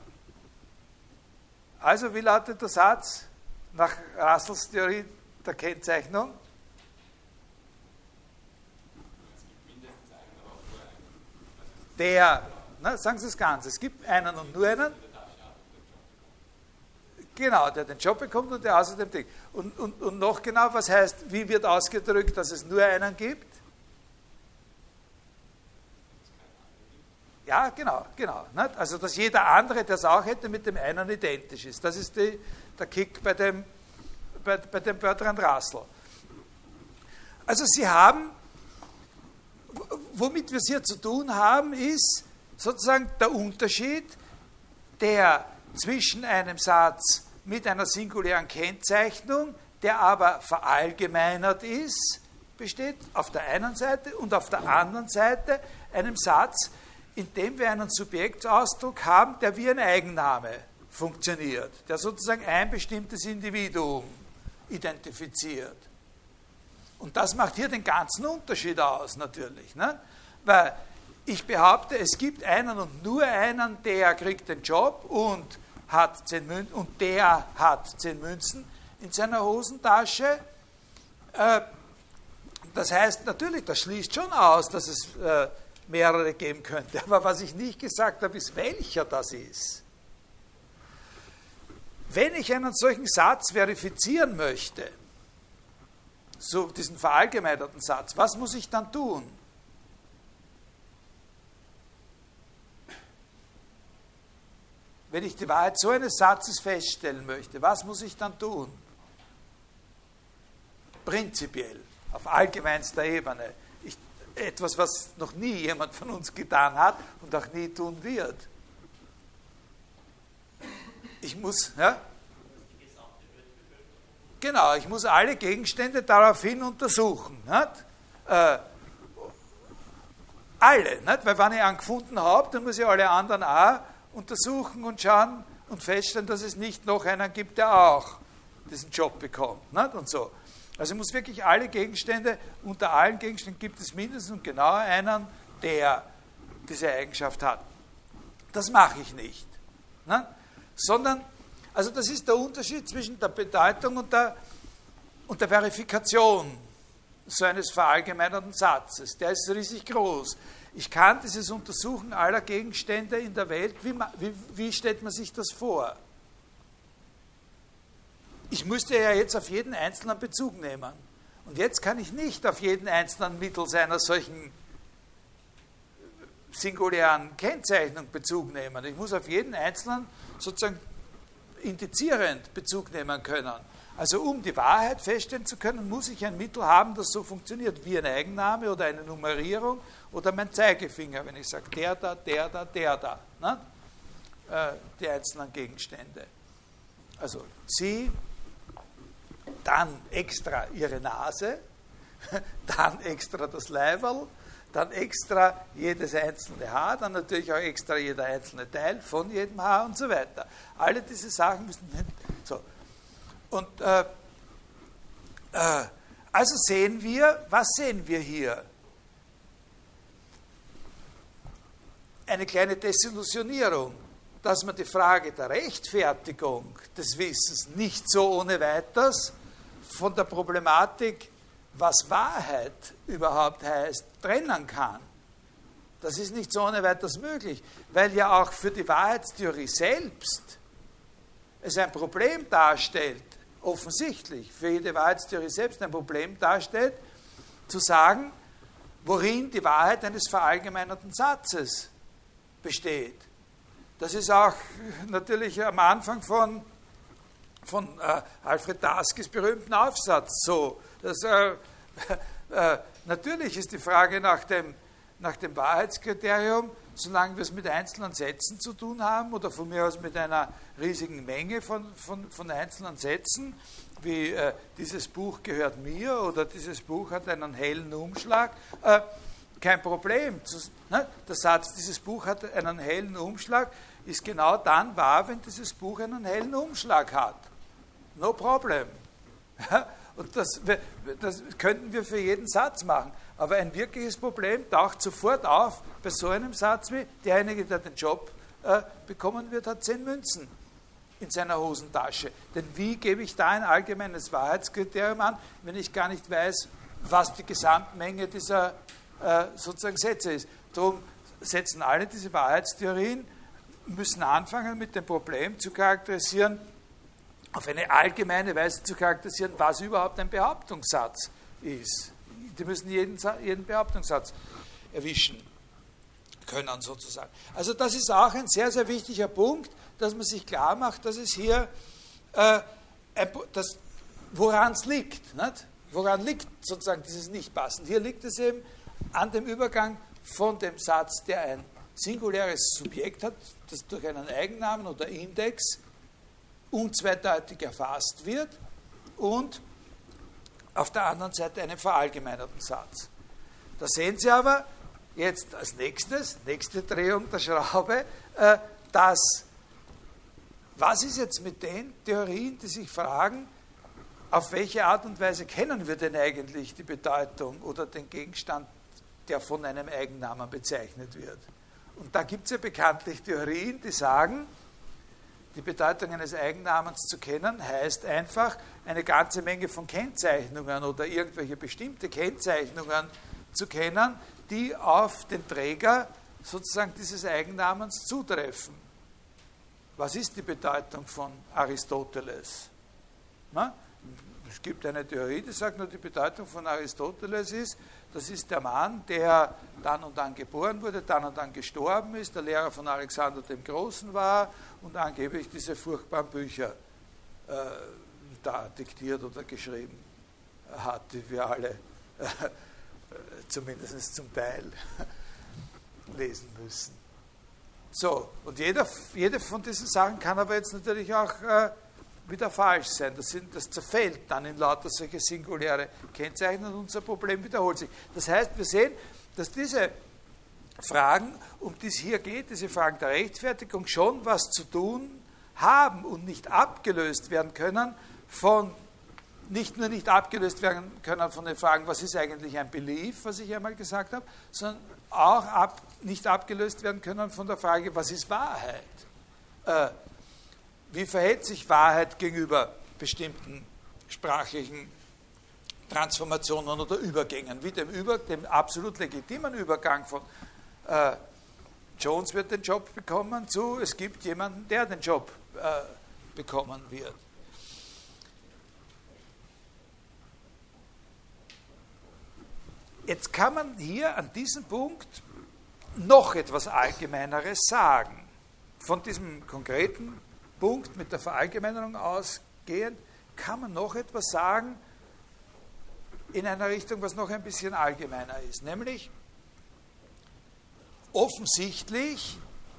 Also wie lautet der Satz nach Russells Theorie der Kennzeichnung? Der, na, sagen Sie es ganz, es gibt einen und nur einen. Genau, der den Job bekommt und der außerdem Ding. Und noch genau, was heißt, wie wird ausgedrückt, dass es nur einen gibt? Ja, genau. Nicht? Also, dass jeder andere, der es auch hätte, mit dem einen identisch ist. Das ist der Kick bei dem Bertrand Russell. Also Sie haben, womit wir es hier zu tun haben, ist sozusagen der Unterschied, der zwischen einem Satz mit einer singulären Kennzeichnung, der aber verallgemeinert ist, besteht auf der einen Seite und auf der anderen Seite einem Satz, in dem wir einen Subjektsausdruck haben, der wie ein Eigenname funktioniert, der sozusagen ein bestimmtes Individuum identifiziert. Und das macht hier den ganzen Unterschied aus, natürlich. Ne? Weil ich behaupte, es gibt einen und nur einen, der kriegt den Job und hat 10 Münzen, und der hat 10 Münzen in seiner Hosentasche. Das heißt natürlich, das schließt schon aus, dass es mehrere geben könnte. Aber was ich nicht gesagt habe, ist, welcher das ist. Wenn ich einen solchen Satz verifizieren möchte, so diesen verallgemeinerten Satz, was muss ich dann tun? wenn ich die Wahrheit so eines Satzes feststellen möchte, was muss ich dann tun? Prinzipiell, auf allgemeinster Ebene. Etwas, was noch nie jemand von uns getan hat und auch nie tun wird. Ich muss, ja? Genau, ich muss alle Gegenstände daraufhin untersuchen. Nicht? Alle, nicht? Weil wenn ich einen gefunden habe, dann muss ich alle anderen auch untersuchen und schauen und feststellen, dass es nicht noch einen gibt, der auch diesen Job bekommt. Nicht? Und so. Also ich muss wirklich alle Gegenstände, unter allen Gegenständen gibt es mindestens und genau einen, der diese Eigenschaft hat. Das mache ich nicht. Nicht? Sondern, also das ist der Unterschied zwischen der Bedeutung und der Verifikation so eines verallgemeinerten Satzes. Der ist riesig groß. Ich kann dieses Untersuchen aller Gegenstände in der Welt, wie stellt man sich das vor? Ich müsste ja jetzt auf jeden Einzelnen Bezug nehmen. Und jetzt kann ich nicht auf jeden Einzelnen mittels einer solchen singulären Kennzeichnung Bezug nehmen. Ich muss auf jeden Einzelnen sozusagen indizierend Bezug nehmen können. Also um die Wahrheit feststellen zu können, muss ich ein Mittel haben, das so funktioniert, wie ein Eigenname oder eine Nummerierung oder mein Zeigefinger, wenn ich sage, der da, der da, der da. Ne? Die einzelnen Gegenstände. Also Sie, dann extra Ihre Nase, dann extra das Leiberl, dann extra jedes einzelne Haar, dann natürlich auch extra jeder einzelne Teil von jedem Haar und so weiter. Alle diese Sachen müssen so. Und also sehen wir, was sehen wir hier? Eine kleine Desillusionierung, dass man die Frage der Rechtfertigung des Wissens nicht so ohne weiteres von der Problematik, was Wahrheit überhaupt heißt, trennen kann. Das ist nicht so ohne weiteres möglich, weil ja auch für die Wahrheitstheorie selbst es ein Problem darstellt, offensichtlich für jede Wahrheitstheorie selbst ein Problem darstellt, zu sagen, worin die Wahrheit eines verallgemeinerten Satzes besteht. Das ist auch natürlich am Anfang von Alfred Daskis berühmten Aufsatz so. Natürlich ist die Frage nach dem Wahrheitskriterium, solange wir es mit einzelnen Sätzen zu tun haben oder von mir aus mit einer riesigen Menge von einzelnen Sätzen, wie dieses Buch gehört mir oder dieses Buch hat einen hellen Umschlag, kein Problem. Der Satz, dieses Buch hat einen hellen Umschlag, ist genau dann wahr, wenn dieses Buch einen hellen Umschlag hat. No problem. Und das könnten wir für jeden Satz machen. Aber ein wirkliches Problem taucht sofort auf bei so einem Satz wie, derjenige, der den Job bekommen wird, hat 10 Münzen in seiner Hosentasche. Denn wie gebe ich da ein allgemeines Wahrheitskriterium an, wenn ich gar nicht weiß, was die Gesamtmenge dieser sozusagen Sätze ist? Darum setzen alle diese Wahrheitstheorien, müssen anfangen mit dem Problem zu charakterisieren, auf eine allgemeine Weise zu charakterisieren, was überhaupt ein Behauptungssatz ist. Die müssen jeden Behauptungssatz erwischen können, sozusagen. Also das ist auch ein sehr, sehr wichtiger Punkt, dass man sich klar macht, dass es hier, woran es liegt. Nicht? Woran liegt sozusagen dieses Nichtpassen? Hier liegt es eben an dem Übergang von dem Satz, der ein singuläres Subjekt hat, das durch einen Eigennamen oder Index unzweideutig erfasst wird und auf der anderen Seite einen verallgemeinerten Satz. Da sehen Sie aber jetzt als nächste Drehung der Schraube, was ist jetzt mit den Theorien, die sich fragen, auf welche Art und Weise kennen wir denn eigentlich die Bedeutung oder den Gegenstand, der von einem Eigennamen bezeichnet wird? Und da gibt es ja bekanntlich Theorien, die sagen, die Bedeutung eines Eigennamens zu kennen, heißt einfach, eine ganze Menge von Kennzeichnungen oder irgendwelche bestimmte Kennzeichnungen zu kennen, die auf den Träger sozusagen dieses Eigennamens zutreffen. Was ist die Bedeutung von Aristoteles? Na? es gibt eine Theorie, die sagt, nur die Bedeutung von Aristoteles ist, das ist der Mann, der dann und dann geboren wurde, dann und dann gestorben ist, der Lehrer von Alexander dem Großen war und angeblich diese furchtbaren Bücher da diktiert oder geschrieben hat, die wir alle zumindest zum Teil lesen müssen. So, und jede von diesen Sachen kann aber jetzt natürlich auch wieder falsch sein. Das zerfällt dann in lauter solche singuläre Kennzeichen und unser Problem wiederholt sich. Das heißt, wir sehen, dass diese Fragen, um die es hier geht, diese Fragen der Rechtfertigung, schon was zu tun haben und nicht abgelöst werden können von, nicht nur nicht abgelöst werden können von den Fragen, was ist eigentlich ein Belief, was ich einmal gesagt habe, sondern auch nicht abgelöst werden können von der Frage, was ist Wahrheit? Wie verhält sich Wahrheit gegenüber bestimmten sprachlichen Transformationen oder Übergängen, wie dem absolut legitimen Übergang von Jones wird den Job bekommen zu, es gibt jemanden, der den Job bekommen wird. Jetzt kann man hier an diesem Punkt noch etwas Allgemeineres sagen. Von diesem konkreten Punkt mit der Verallgemeinerung ausgehend kann man noch etwas sagen in einer Richtung, was noch ein bisschen allgemeiner ist. Nämlich, offensichtlich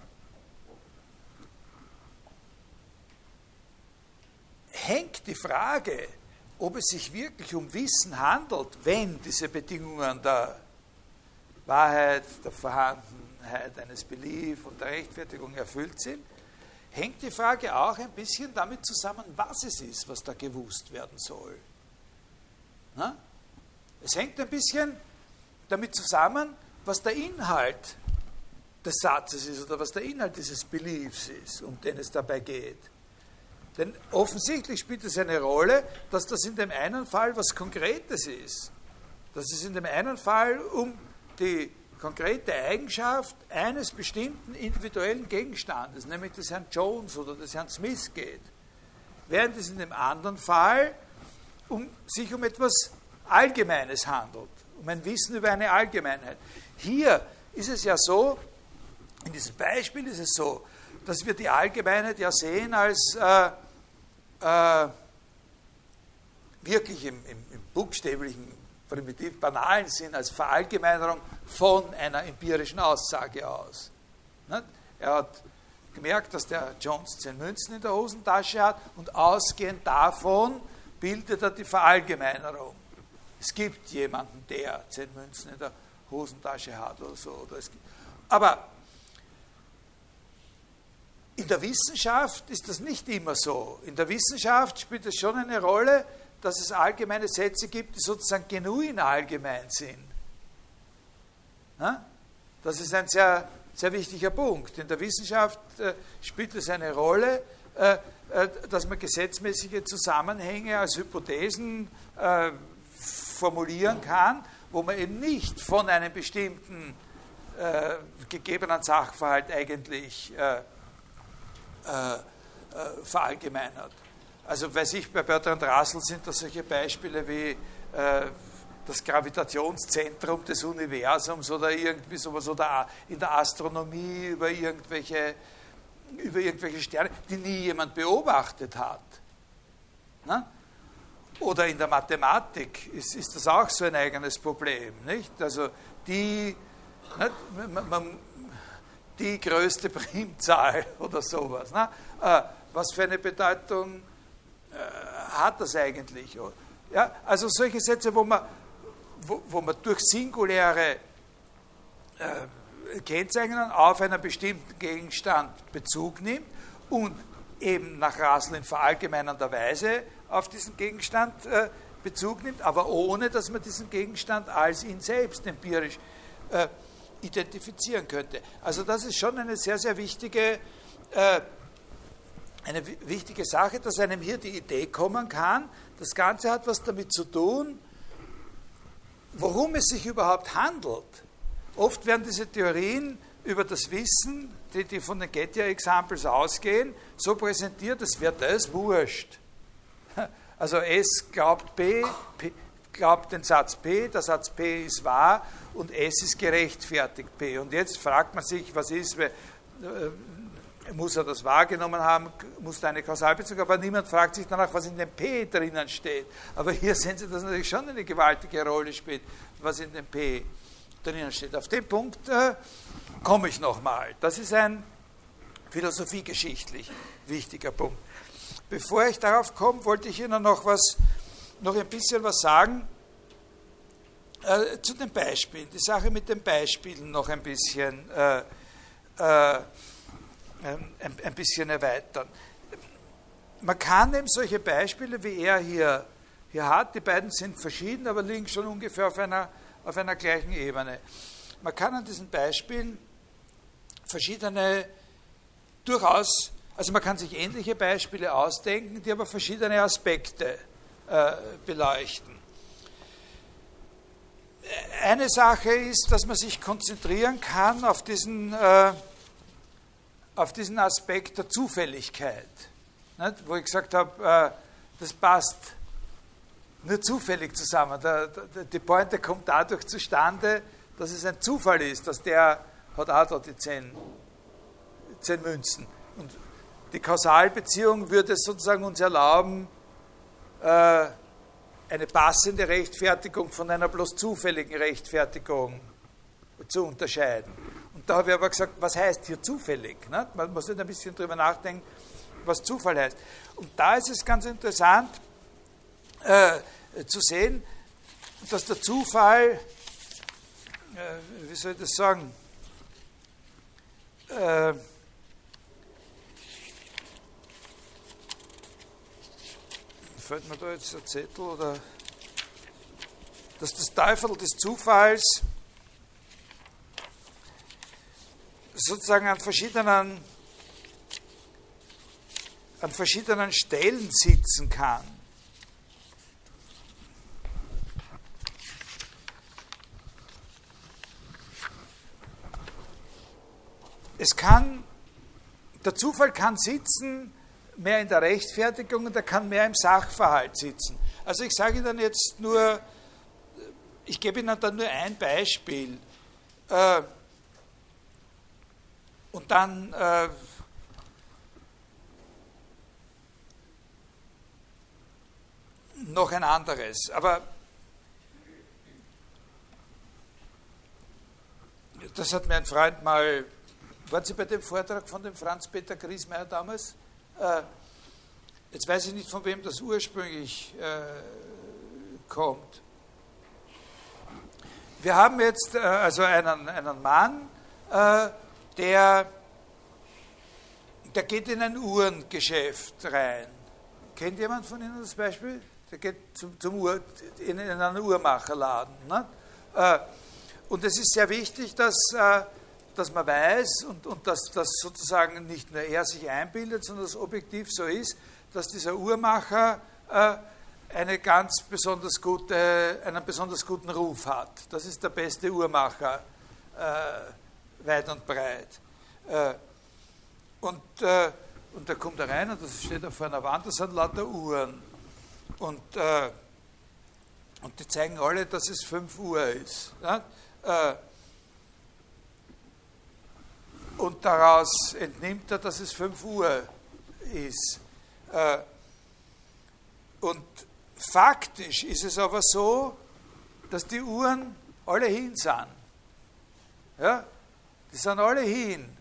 hängt die Frage, ob es sich wirklich um Wissen handelt, wenn diese Bedingungen der Wahrheit, der Vorhandenheit eines Belief und der Rechtfertigung erfüllt sind, hängt die Frage auch ein bisschen damit zusammen, was es ist, was da gewusst werden soll. Na? Es hängt ein bisschen damit zusammen, was der Inhalt des Satzes ist oder was der Inhalt dieses Beliefs ist, um den es dabei geht. Denn offensichtlich spielt es eine Rolle, dass das in dem einen Fall was Konkretes ist. Dass es in dem einen Fall um die konkrete Eigenschaft eines bestimmten individuellen Gegenstandes, nämlich des Herrn Jones oder des Herrn Smith geht. Während es in dem anderen Fall sich um etwas Allgemeines handelt, um ein Wissen über eine Allgemeinheit. Hier ist es ja so, in diesem Beispiel ist es so, dass wir die Allgemeinheit ja sehen als wirklich im buchstäblichen, primitiv banalen Sinn, als Verallgemeinerung von einer empirischen Aussage aus. Er hat gemerkt, dass der Jones 10 Münzen in der Hosentasche hat und ausgehend davon bildet er die Verallgemeinerung. Es gibt jemanden, der 10 Münzen in der Hosentasche hat oder so. Aber in der Wissenschaft ist das nicht immer so. In der Wissenschaft spielt es schon eine Rolle, dass es allgemeine Sätze gibt, die sozusagen genuin allgemein sind. Das ist ein sehr, sehr wichtiger Punkt. In der Wissenschaft spielt es eine Rolle, dass man gesetzmäßige Zusammenhänge als Hypothesen formulieren kann, wo man eben nicht von einem bestimmten gegebenen Sachverhalt eigentlich verallgemeinert. Also weiß ich, bei Bertrand Russell sind das solche Beispiele wie das Gravitationszentrum des Universums oder irgendwie sowas, oder in der Astronomie über irgendwelche Sterne, die nie jemand beobachtet hat. Na? Oder in der Mathematik ist das auch so ein eigenes Problem, nicht? Also die größte Primzahl oder sowas. Ne? Was für eine Bedeutung hat das eigentlich? Ja, also solche Sätze, wo man durch singuläre Kennzeichnungen auf einen bestimmten Gegenstand Bezug nimmt und eben nach Russell in verallgemeinernder Weise auf diesen Gegenstand Bezug nimmt, aber ohne, dass man diesen Gegenstand als ihn selbst empirisch identifizieren könnte. Also das ist schon eine sehr, sehr wichtige Sache, dass einem hier die Idee kommen kann, das Ganze hat was damit zu tun, worum es sich überhaupt handelt. Oft werden diese Theorien über das Wissen, die von den Gettier-Examples ausgehen, so präsentiert, als wäre das wurscht. Also S glaubt B, P glaubt den Satz P, der Satz P ist wahr und S ist gerechtfertigt P. Und jetzt fragt man sich, was ist, muss er das wahrgenommen haben, muss da eine Kausalbeziehung, aber niemand fragt sich danach, was in dem P drinnen steht. Aber hier sehen Sie, dass natürlich schon eine gewaltige Rolle spielt, was in dem P drinnen steht. Auf den Punkt komme ich nochmal. Das ist ein philosophiegeschichtlich wichtiger Punkt. Bevor ich darauf komme, wollte ich Ihnen noch ein bisschen was sagen zu den Beispielen. Die Sache mit den Beispielen noch ein bisschen erweitern. Man kann eben solche Beispiele, wie er hier hat, die beiden sind verschieden, aber liegen schon ungefähr auf einer gleichen Ebene. Man kann an diesen Beispielen verschiedene, durchaus, also man kann sich ähnliche Beispiele ausdenken, die aber verschiedene Aspekte beleuchten. Eine Sache ist, dass man sich konzentrieren kann auf diesen Aspekt der Zufälligkeit, nicht? Wo ich gesagt habe, das passt nur zufällig zusammen. Die Pointe kommt dadurch zustande, dass es ein Zufall ist, dass der hat auch dort die 10 Münzen. Und die Kausalbeziehung würde es sozusagen uns erlauben, eine passende Rechtfertigung von einer bloß zufälligen Rechtfertigung zu unterscheiden. Und da habe ich aber gesagt, was heißt hier zufällig? Ne? Man muss ein bisschen drüber nachdenken, was Zufall heißt. Und da ist es ganz interessant zu sehen, dass der Zufall, wie soll ich das sagen, fällt mir da jetzt ein Zettel, oder dass das Teufel des Zufalls sozusagen an verschiedenen Stellen sitzen kann. Der Zufall kann sitzen mehr in der Rechtfertigung und er kann mehr im Sachverhalt sitzen. Also ich sage Ihnen jetzt nur, ich gebe Ihnen dann nur ein Beispiel und dann noch ein anderes. Aber das hat mir ein Freund mal, waren Sie bei dem Vortrag von dem Franz-Peter Griesmeier damals? Jetzt weiß ich nicht, von wem das ursprünglich kommt. Wir haben jetzt also einen Mann, der geht in ein Uhrengeschäft rein. Kennt jemand von Ihnen das Beispiel? Der geht in einen Uhrmacherladen. Ne? Und es ist sehr wichtig, dass man weiß und dass das sozusagen nicht nur er sich einbildet, sondern dass es objektiv so ist, dass dieser Uhrmacher einen besonders guten Ruf hat. Das ist der beste Uhrmacher weit und breit. Und da kommt er rein und das steht da vor einer Wand, das sind lauter Uhren. Und die zeigen alle, dass es 5 Uhr ist. Ja? Und daraus entnimmt er, dass es 5 Uhr ist. Und faktisch ist es aber so, dass die Uhren alle hin sind. Ja? Die sind alle hin.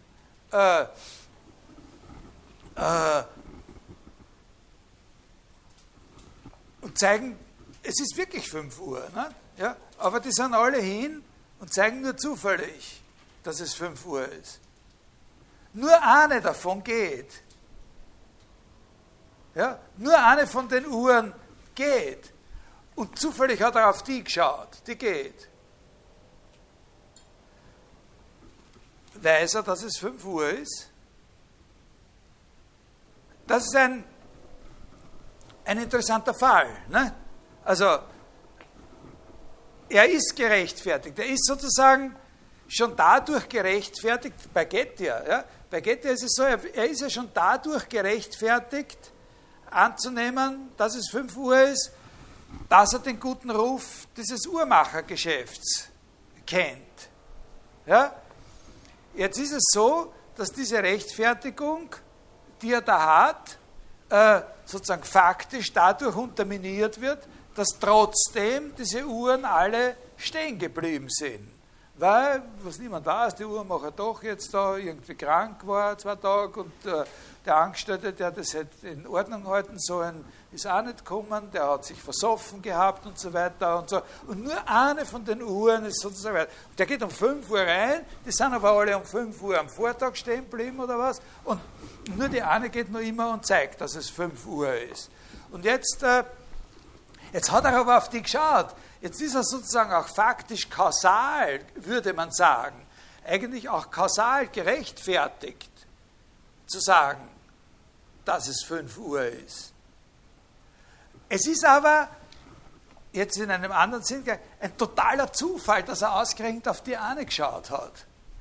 Und zeigen, es ist wirklich 5 Uhr. Ne? Ja? Aber die sind alle hin und zeigen nur zufällig, dass es 5 Uhr ist. Nur eine davon geht. Ja? Nur eine von den Uhren geht. Und zufällig hat er auf die geschaut. Die geht. Weiß er, dass es 5 Uhr ist? Das ist ein interessanter Fall. Ne? Also, er ist gerechtfertigt. Er ist sozusagen schon dadurch gerechtfertigt, bei Gettier. Ja? Bei Gettier ist es so, er ist ja schon dadurch gerechtfertigt, anzunehmen, dass es 5 Uhr ist, dass er den guten Ruf dieses Uhrmachergeschäfts kennt. Ja? Jetzt ist es so, dass diese Rechtfertigung, die er da hat, sozusagen faktisch dadurch unterminiert wird, dass trotzdem diese Uhren alle stehen geblieben sind. Weil, was niemand weiß, die Uhrmacher doch jetzt da irgendwie krank war 2 Tage und der Angestellte, der das hätte in Ordnung halten sollen, ist auch nicht gekommen, der hat sich versoffen gehabt und so weiter und so. Und nur eine von den Uhren ist sozusagen, der geht um 5 Uhr rein, die sind aber alle um 5 Uhr am Vortag stehen geblieben oder was, und nur die eine geht noch immer und zeigt, dass es 5 Uhr ist. Und jetzt hat er aber auf die geschaut. Jetzt ist er sozusagen auch faktisch kausal, würde man sagen, eigentlich auch kausal gerechtfertigt, zu sagen, dass es 5 Uhr ist. Es ist aber, jetzt in einem anderen Sinn, ein totaler Zufall, dass er ausgerechnet auf die eine geschaut hat.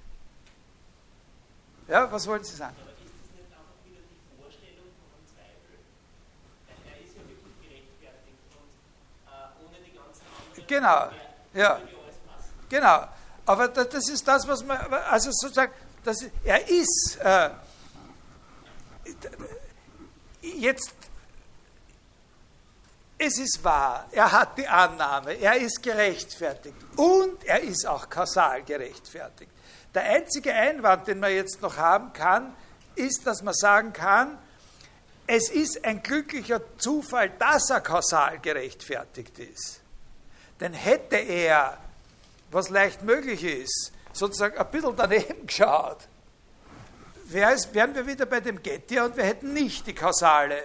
Ja, was wollen Sie sagen? Aber ist das nicht einfach wieder die Vorstellung von einem Zweifel? Er ist ja wirklich gerechtfertigt und ohne die ganzen anderen... Genau, ja. Würde alles passen. Genau. Aber das ist das, was man, also sozusagen, er ist jetzt, es ist wahr, er hat die Annahme, er ist gerechtfertigt und er ist auch kausal gerechtfertigt. Der einzige Einwand, den man jetzt noch haben kann, ist, dass man sagen kann, es ist ein glücklicher Zufall, dass er kausal gerechtfertigt ist. Denn hätte er, was leicht möglich ist, sozusagen ein bisschen daneben geschaut, wären wir wieder bei dem Gettier und wir hätten nicht die kausale,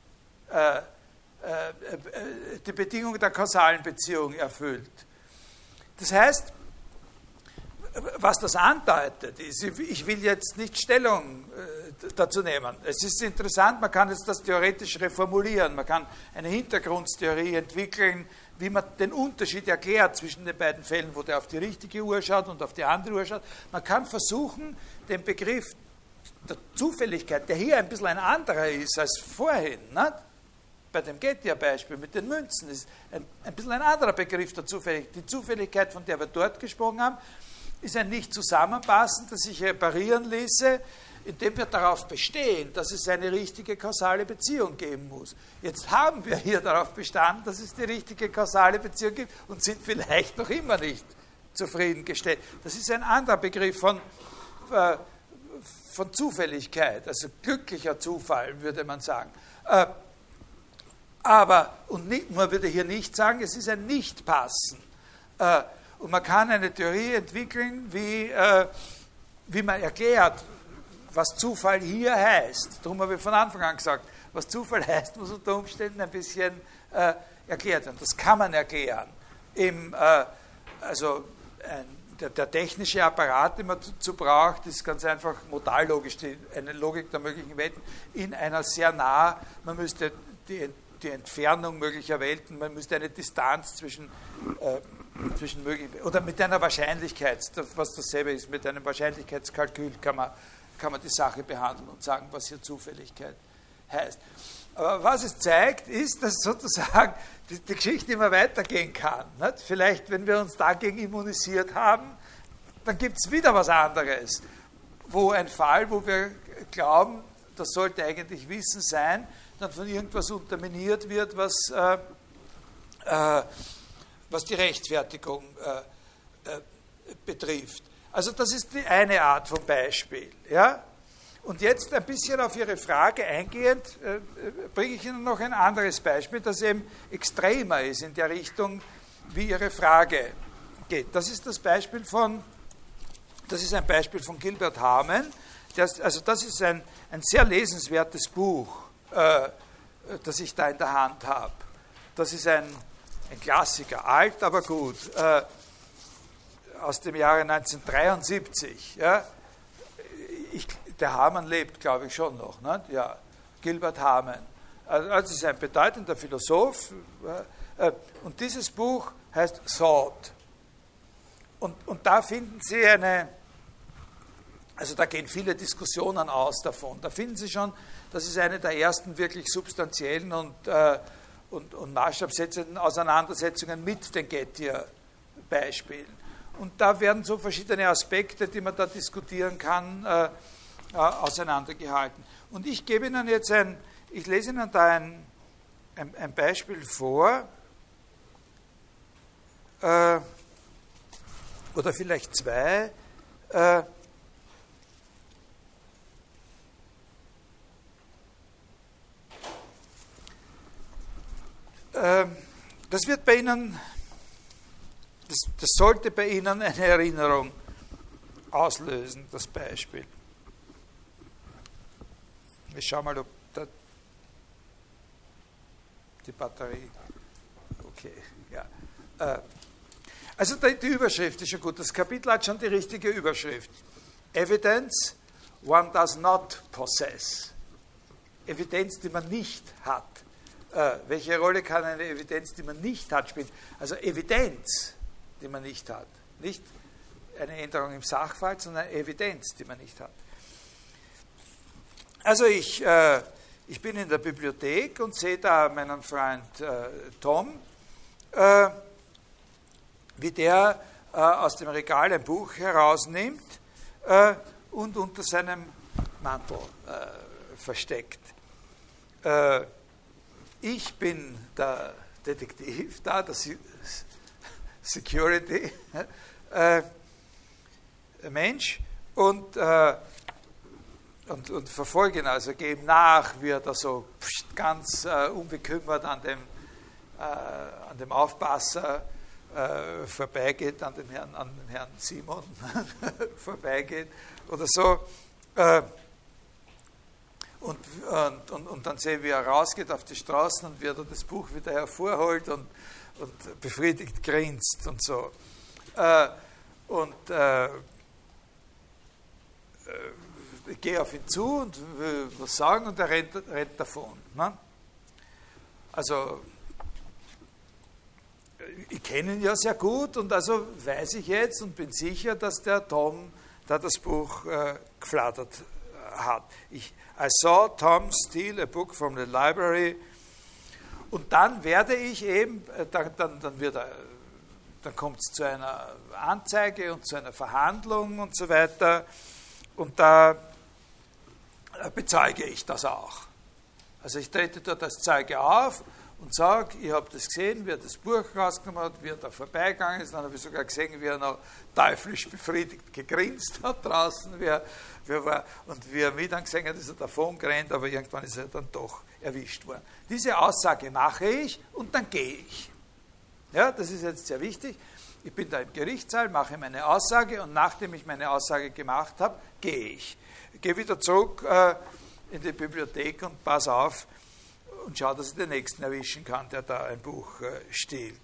die Bedingung der kausalen Beziehung erfüllt. Das heißt, was das andeutet, ist, ich will jetzt nicht Stellung dazu nehmen. Es ist interessant, man kann jetzt das theoretisch reformulieren, man kann eine Hintergrundtheorie entwickeln, wie man den Unterschied erklärt zwischen den beiden Fällen, wo der auf die richtige Uhr schaut und auf die andere Uhr schaut. Man kann versuchen, den Begriff der Zufälligkeit, der hier ein bisschen ein anderer ist als vorhin, nicht? Bei dem Gettier-Beispiel mit den Münzen ist ein bisschen ein anderer Begriff der Zufälligkeit. Die Zufälligkeit, von der wir dort gesprochen haben, ist ein Nicht-Zusammenpassen, das sich reparieren ließe, indem wir darauf bestehen, dass es eine richtige kausale Beziehung geben muss. Jetzt haben wir hier darauf bestanden, dass es die richtige kausale Beziehung gibt und sind vielleicht noch immer nicht zufriedengestellt. Das ist ein anderer Begriff von Zufälligkeit, also glücklicher Zufall, würde man sagen. Aber, man würde hier nicht sagen, es ist ein Nichtpassen. Und man kann eine Theorie entwickeln, wie man erklärt, was Zufall hier heißt. Darum habe ich von Anfang an gesagt, was Zufall heißt, muss unter Umständen ein bisschen erklärt werden. Das kann man erklären. Der technische Apparat, den man dazu braucht, ist ganz einfach modallogisch, eine Logik der möglichen Welten in einer sehr nah, man müsste die Entfernung möglicher Welten, man müsste eine Distanz zwischen möglichen, oder mit einer Wahrscheinlichkeit, was dasselbe ist, mit einem Wahrscheinlichkeitskalkül kann man die Sache behandeln und sagen, was hier Zufälligkeit heißt. Aber was es zeigt, ist, dass sozusagen die Geschichte immer weitergehen kann. Nicht? Vielleicht, wenn wir uns dagegen immunisiert haben, dann gibt es wieder was anderes, wo ein Fall, wo wir glauben, das sollte eigentlich Wissen sein, dann von irgendwas unterminiert wird, was die Rechtfertigung betrifft. Also das ist die eine Art von Beispiel. Ja? Und jetzt ein bisschen auf Ihre Frage eingehend, bringe ich Ihnen noch ein anderes Beispiel, das eben extremer ist in der Richtung, wie Ihre Frage geht. Das ist ein Beispiel von Gilbert Harman. Das ist ein sehr lesenswertes Buch, das ich da in der Hand habe. Das ist ein Klassiker, alt, aber gut, aus dem Jahre 1973. Ja. Der Harman lebt, glaube ich, schon noch. Nicht? Ja. Gilbert Harman. Also ist ein bedeutender Philosoph. Und dieses Buch heißt Thought. Und da finden Sie eine Also da gehen viele Diskussionen aus davon. Da finden Sie schon, das ist eine der ersten wirklich substanziellen und maßstabssetzenden Auseinandersetzungen mit den Gettier-Beispielen. Und da werden so verschiedene Aspekte, die man da diskutieren kann, auseinandergehalten. Und ich gebe Ihnen jetzt ich lese Ihnen da ein Beispiel vor, oder vielleicht zwei. Das wird bei Ihnen, das sollte bei Ihnen eine Erinnerung auslösen, das Beispiel. Ich schaue mal, ob die Batterie, okay, ja. Also die Überschrift ist schon gut, das Kapitel hat schon die richtige Überschrift. Evidence one does not possess. Evidenz, die man nicht hat. Welche Rolle kann eine Evidenz, die man nicht hat, spielen? Also Evidenz, die man nicht hat. Nicht eine Änderung im Sachverhalt, sondern eine Evidenz, die man nicht hat. Also ich bin in der Bibliothek und sehe da meinen Freund Tom, wie der aus dem Regal ein Buch herausnimmt und unter seinem Mantel versteckt. Ich bin der Detektiv da, der Security Mensch und verfolge ihn, also gehe ihm nach, wie er da so ganz unbekümmert an dem Aufpasser vorbeigeht, an dem Herrn Simon vorbeigeht oder so. Und dann sehen wir, wie er rausgeht auf die Straßen und wie er das Buch wieder hervorholt und befriedigt grinst und so. Ich gehe auf ihn zu und will was sagen und er rennt davon. Ne? Also, ich kenne ihn ja sehr gut und also weiß ich jetzt und bin sicher, dass der Tom da das Buch geflattert hat. I saw Tom steal a book from the library. Und dann werde ich eben, dann kommt es zu einer Anzeige und zu einer Verhandlung und so weiter. Und da bezeuge ich das auch. Also ich trete dort als Zeuge auf und sage, ich habe das gesehen, wie er das Buch rausgenommen hat, wie er da vorbeigegangen ist. Dann habe ich sogar gesehen, wie er noch teuflisch befriedigt gegrinst hat draußen, wie er mich dann gesehen hat, ist er davon gerannt, aber irgendwann ist er dann doch erwischt worden. Diese Aussage mache ich und dann gehe ich. Ja, das ist jetzt sehr wichtig. Ich bin da im Gerichtssaal, mache meine Aussage und nachdem ich meine Aussage gemacht habe, gehe ich. Ich gehe wieder zurück in die Bibliothek und pass auf und schaue, dass ich den Nächsten erwischen kann, der da ein Buch stiehlt.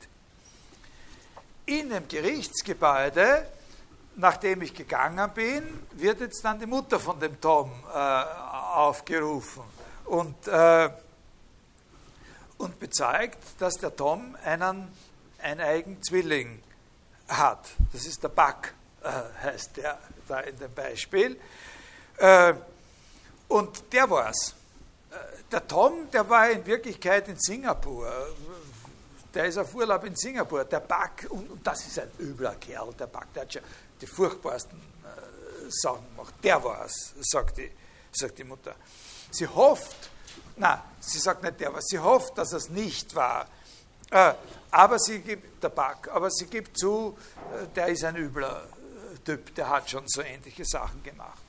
In dem Gerichtsgebäude, nachdem ich gegangen bin, wird jetzt dann die Mutter von dem Tom aufgerufen und bezeugt, dass der Tom einen eineigen Zwilling hat. Das ist der Buck, heißt der da in dem Beispiel. Und der war's. Der Tom, der war in Wirklichkeit in Singapur. Der ist auf Urlaub in Singapur. Der Buck, und das ist ein übler Kerl, der Buck, der hat schon die furchtbarsten Sachen gemacht. Der war's, sagt die Mutter. Sie hofft, sie sagt nicht der war, sie hofft, dass es nicht war. Aber sie gibt, der Buck, aber sie gibt zu, der ist ein übler Typ, der hat schon so ähnliche Sachen gemacht.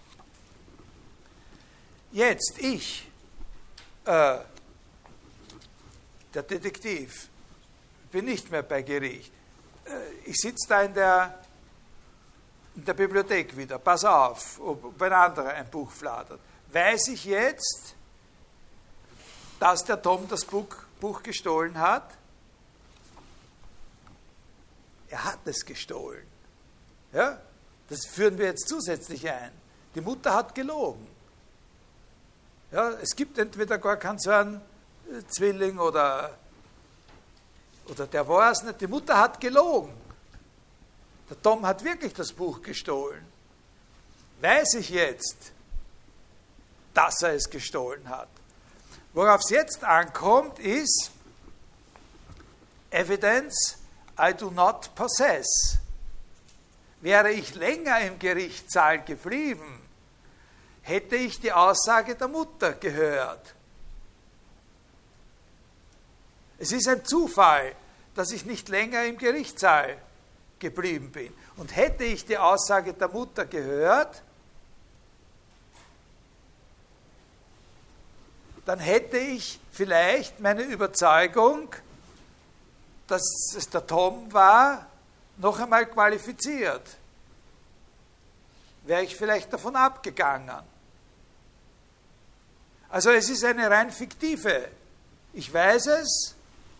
Jetzt ich, der Detektiv, bin nicht mehr bei Gericht. Ich sitze da in der Bibliothek wieder, pass auf, ob ein anderer ein Buch flattert. Weiß ich jetzt, dass der Tom das Buch gestohlen hat? Er hat es gestohlen. Ja? Das führen wir jetzt zusätzlich ein. Die Mutter hat gelogen. Ja, es gibt entweder gar keinen so einen Zwilling oder der war es nicht. Die Mutter hat gelogen. Der Tom hat wirklich das Buch gestohlen. weiß ich jetzt, dass er es gestohlen hat. Worauf es jetzt ankommt, ist Evidence I do not possess. Wäre ich länger im Gerichtssaal geblieben, hätte ich die Aussage der Mutter gehört. Es ist ein Zufall, dass ich nicht länger im Gerichtssaal geblieben bin. Und hätte ich die Aussage der Mutter gehört, dann hätte ich vielleicht meine Überzeugung, dass es der Tom war, noch einmal qualifiziert. Wäre ich vielleicht davon abgegangen. Also es ist eine rein fiktive. Ich weiß es.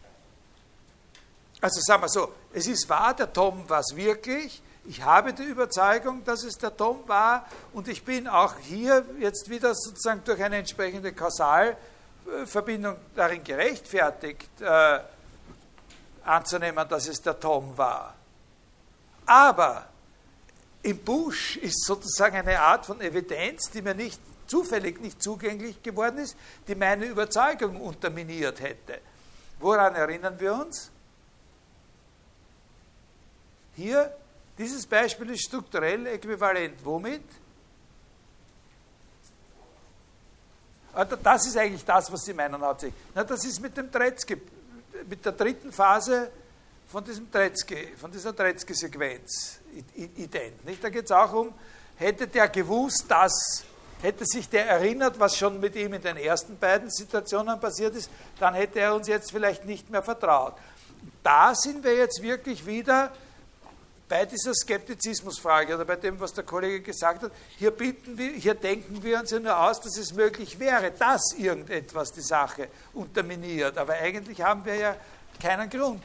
Also sagen wir so, es ist wahr, der Tom war es wirklich. Ich habe die Überzeugung, dass es der Tom war und ich bin auch hier jetzt wieder sozusagen durch eine entsprechende Kausalverbindung darin gerechtfertigt, anzunehmen, dass es der Tom war. Aber im Busch ist sozusagen eine Art von Evidenz, die mir nicht zufällig nicht zugänglich geworden ist, die meine Überzeugung unterminiert hätte. Woran erinnern wir uns? Hier, dieses Beispiel ist strukturell äquivalent. Womit? Das ist eigentlich das, was Sie meinen hauptsächlich. Na, das ist mit dem Tretzky, mit der dritten Phase von diesem Tretzky, von dieser Tretzky-Sequenz ident. Nicht? Da geht es auch um, hätte der gewusst, dass, hätte sich der erinnert, was schon mit ihm in den ersten beiden Situationen passiert ist, dann hätte er uns jetzt vielleicht nicht mehr vertraut. Da sind wir jetzt wirklich wieder bei dieser Skeptizismusfrage oder bei dem, was der Kollege gesagt hat. Hier denken wir uns ja nur aus, dass es möglich wäre, dass irgendetwas die Sache unterminiert. Aber eigentlich haben wir ja keinen Grund.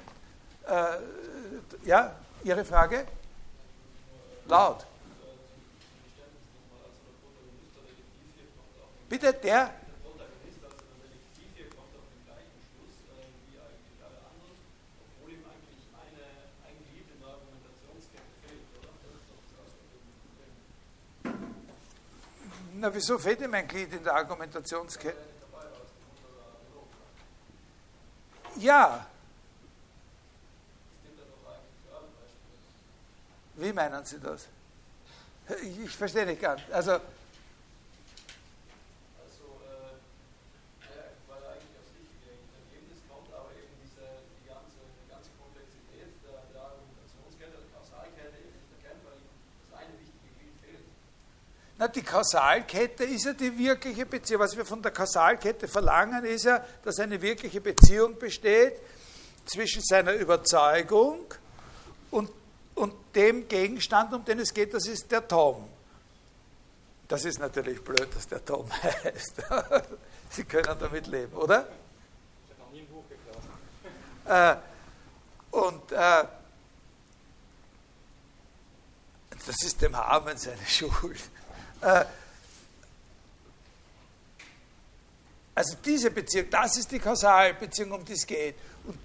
Ja, Ihre Frage? Laut. Bitte, der? Na, wieso fehlt ihm ein Glied in der Argumentationskette? Ja. Wie meinen Sie das? Ich verstehe nicht ganz. Also weil er eigentlich aufs richtige Ergebnis kommt, aber eben die ganze Komplexität der Argumentationskette, der Kausalkette eben nicht erkennt, weil ihm das eine wichtige Glied fehlt. Na, die Kausalkette ist ja die wirkliche Beziehung. Was wir von der Kausalkette verlangen, ist ja, dass eine wirkliche Beziehung besteht zwischen seiner Überzeugung und dem Gegenstand, um den es geht, das ist der Tom. Das ist natürlich blöd, dass der Tom heißt. Sie können damit leben, oder? Ich habe noch nie ein Buch geklaut. Das ist dem Harmen seine Schuld. Also diese Beziehung, das ist die Kausalbeziehung, um die es geht. Und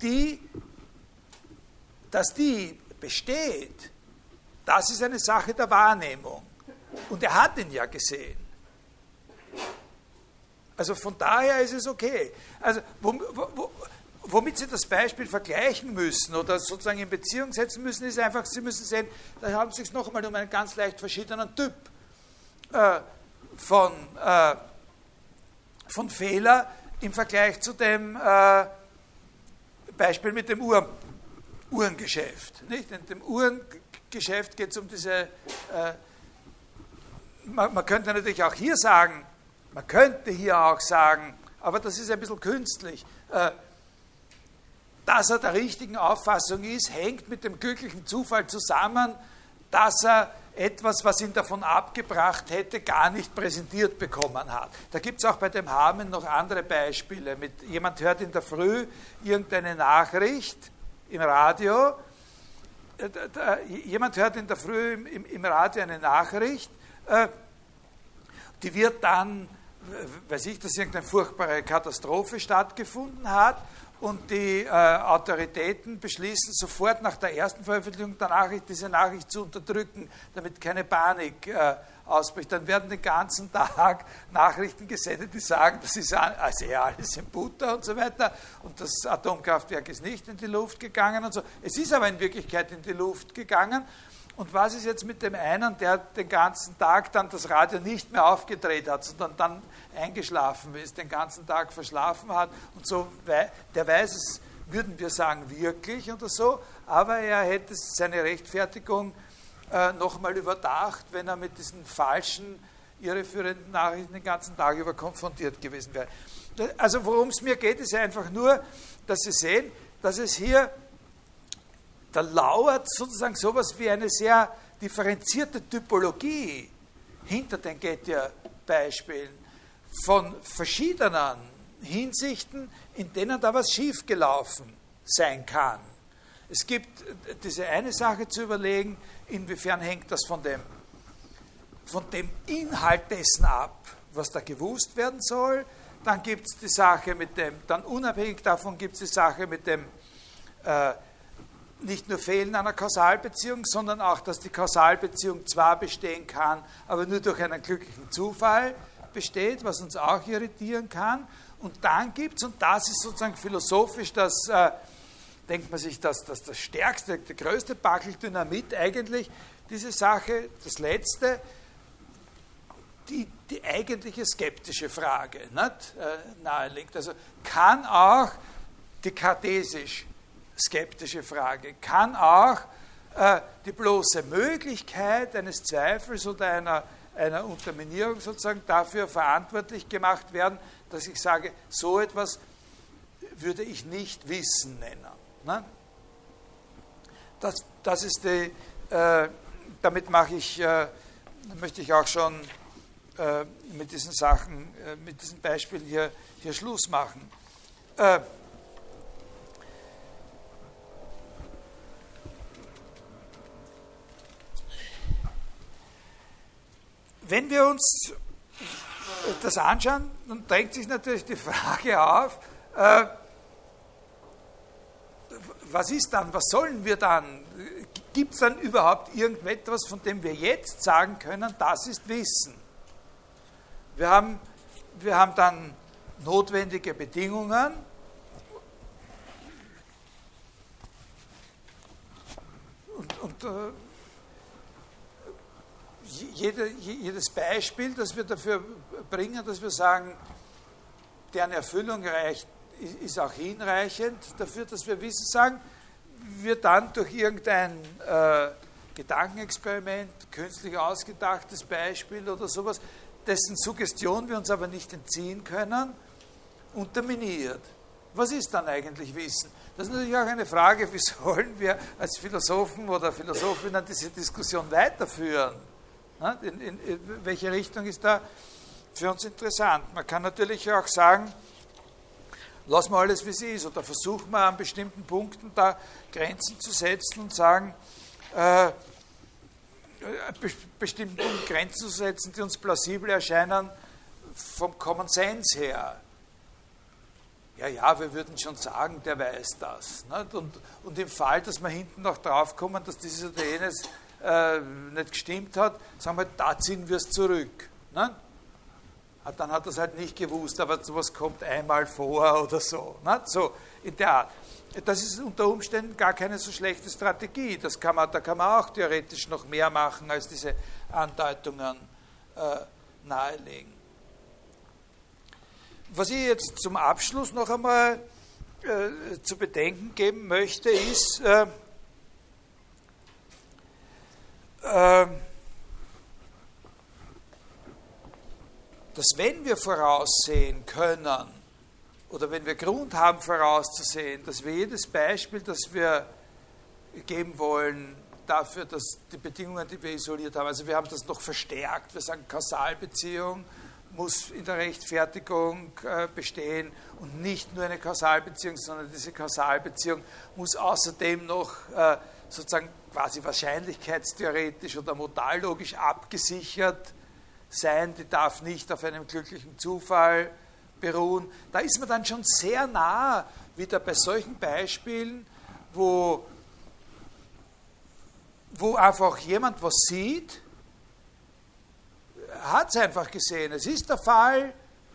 dass die besteht, das ist eine Sache der Wahrnehmung. Und er hat ihn ja gesehen. Also von daher ist es okay. Also womit Sie das Beispiel vergleichen müssen oder sozusagen in Beziehung setzen müssen, ist einfach, Sie müssen sehen, da haben Sie es noch einmal um einen ganz leicht verschiedenen Typ von Fehler im Vergleich zu dem Beispiel mit dem Uhrengeschäft. Nicht? In dem Uhrengeschäft geht es um diese, man könnte natürlich auch hier sagen, aber das ist ein bisschen künstlich, dass er der richtigen Auffassung ist, hängt mit dem glücklichen Zufall zusammen, dass er etwas, was ihn davon abgebracht hätte, gar nicht präsentiert bekommen hat. Da gibt es auch bei dem Harmen noch andere Beispiele. Jemand hört in der Früh irgendeine Nachricht im Radio. Jemand hört in der Früh im Radio eine Nachricht, die wird dann weiß ich, dass irgendeine furchtbare Katastrophe stattgefunden hat und die Autoritäten beschließen, sofort nach der ersten Veröffentlichung der Nachricht diese Nachricht zu unterdrücken, damit keine Panik ausbricht. Dann werden den ganzen Tag Nachrichten gesendet, die sagen, das ist alles in Butter und so weiter und das Atomkraftwerk ist nicht in die Luft gegangen und so. Es ist aber in Wirklichkeit in die Luft gegangen. Und was ist jetzt mit dem einen, der den ganzen Tag dann das Radio nicht mehr aufgedreht hat, sondern dann eingeschlafen ist, den ganzen Tag verschlafen hat und so, der weiß es, würden wir sagen, wirklich oder so, aber er hätte seine Rechtfertigung nochmal überdacht, wenn er mit diesen falschen, irreführenden Nachrichten den ganzen Tag über konfrontiert gewesen wäre. Also worum es mir geht, ist einfach nur, dass Sie sehen, dass es hier da lauert sozusagen sowas wie eine sehr differenzierte Typologie hinter den Gettier-Beispielen von verschiedenen Hinsichten, in denen da was schiefgelaufen sein kann. Es gibt diese eine Sache zu überlegen, inwiefern hängt das von dem Inhalt dessen ab, was da gewusst werden soll. Dann gibt es die Sache mit dem, dann unabhängig davon gibt es die Sache mit dem nicht nur Fehlen einer Kausalbeziehung, sondern auch, dass die Kausalbeziehung zwar bestehen kann, aber nur durch einen glücklichen Zufall besteht, was uns auch irritieren kann. Und dann gibt es, und das ist sozusagen philosophisch, denkt man sich, dass das stärkste, der größte Backel Dynamit eigentlich, diese Sache, das Letzte, die eigentliche skeptische Frage nahelegt. Also kann auch die kartesisch skeptische Frage, kann auch die bloße Möglichkeit eines Zweifels oder einer Unterminierung sozusagen dafür verantwortlich gemacht werden, dass ich sage, so etwas würde ich nicht Wissen nennen. Ne? Das ist damit möchte ich auch schon mit diesen Sachen, mit diesen Beispielen hier Schluss machen. Wenn wir uns das anschauen, dann drängt sich natürlich die Frage auf, was ist dann, was sollen wir dann? Gibt es dann überhaupt irgendetwas, von dem wir jetzt sagen können, das ist Wissen? Wir haben dann notwendige Bedingungen, und jedes Beispiel, das wir dafür bringen, dass wir sagen, deren Erfüllung ist auch hinreichend dafür, dass wir Wissen sagen, wird dann durch irgendein Gedankenexperiment, künstlich ausgedachtes Beispiel oder sowas, dessen Suggestion wir uns aber nicht entziehen können, unterminiert. Was ist dann eigentlich Wissen? Das ist natürlich auch eine Frage, wie sollen wir als Philosophen oder Philosophinnen diese Diskussion weiterführen? In welche Richtung ist da für uns interessant? Man kann natürlich auch sagen, lassen wir alles, wie es ist, oder versuchen wir an bestimmten Punkten da Grenzen zu setzen und sagen, bestimmten Punkten Grenzen zu setzen, die uns plausibel erscheinen vom Common Sense her. Ja, wir würden schon sagen, der weiß das. Nicht? Und im Fall, dass wir hinten noch draufkommen, dass dieses oder jenes nicht gestimmt hat, sagen wir, da ziehen wir es zurück. Nicht? Dann hat er es halt nicht gewusst, aber sowas kommt einmal vor oder so. Nicht? So in der Art. Das ist unter Umständen gar keine so schlechte Strategie. Da kann man auch theoretisch noch mehr machen, als diese Andeutungen nahelegen. Was ich jetzt zum Abschluss noch einmal zu bedenken geben möchte, ist, dass wenn wir voraussehen können, oder wenn wir Grund haben vorauszusehen, dass wir jedes Beispiel, das wir geben wollen, dafür, dass die Bedingungen, die wir isoliert haben, also wir haben das noch verstärkt, wir sagen, Kausalbeziehung muss in der Rechtfertigung bestehen und nicht nur eine Kausalbeziehung, sondern diese Kausalbeziehung muss außerdem noch sozusagen quasi wahrscheinlichkeitstheoretisch oder modallogisch abgesichert sein, die darf nicht auf einem glücklichen Zufall beruhen. Da ist man dann schon sehr nah wieder bei solchen Beispielen, wo einfach jemand was sieht, hat es einfach gesehen, es ist der Fall,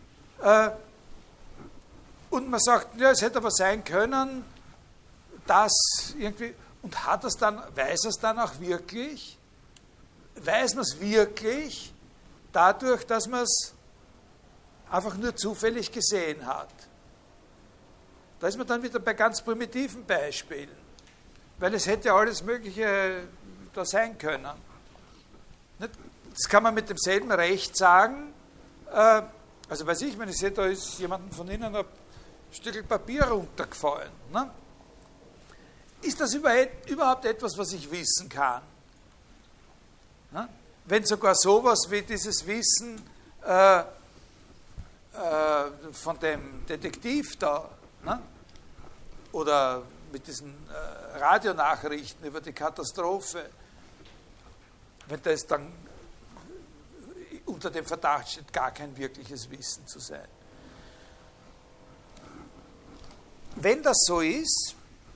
und man sagt, ja, es hätte aber sein können, dass irgendwie, und weiß er es dann auch wirklich? Weiß man es wirklich dadurch, dass man es einfach nur zufällig gesehen hat? Da ist man dann wieder bei ganz primitiven Beispielen, weil es hätte ja alles Mögliche da sein können. Das kann man mit demselben Recht sagen, also weiß ich, wenn ich sehe, da ist jemandem von Ihnen ein Stück Papier runtergefallen. Ne? Ist das überhaupt etwas, was ich wissen kann? Ne? Wenn sogar sowas wie dieses Wissen von dem Detektiv da, ne? Oder mit diesen Radionachrichten über die Katastrophe, wenn das dann unter dem Verdacht steht, gar kein wirkliches Wissen zu sein. Wenn das so ist,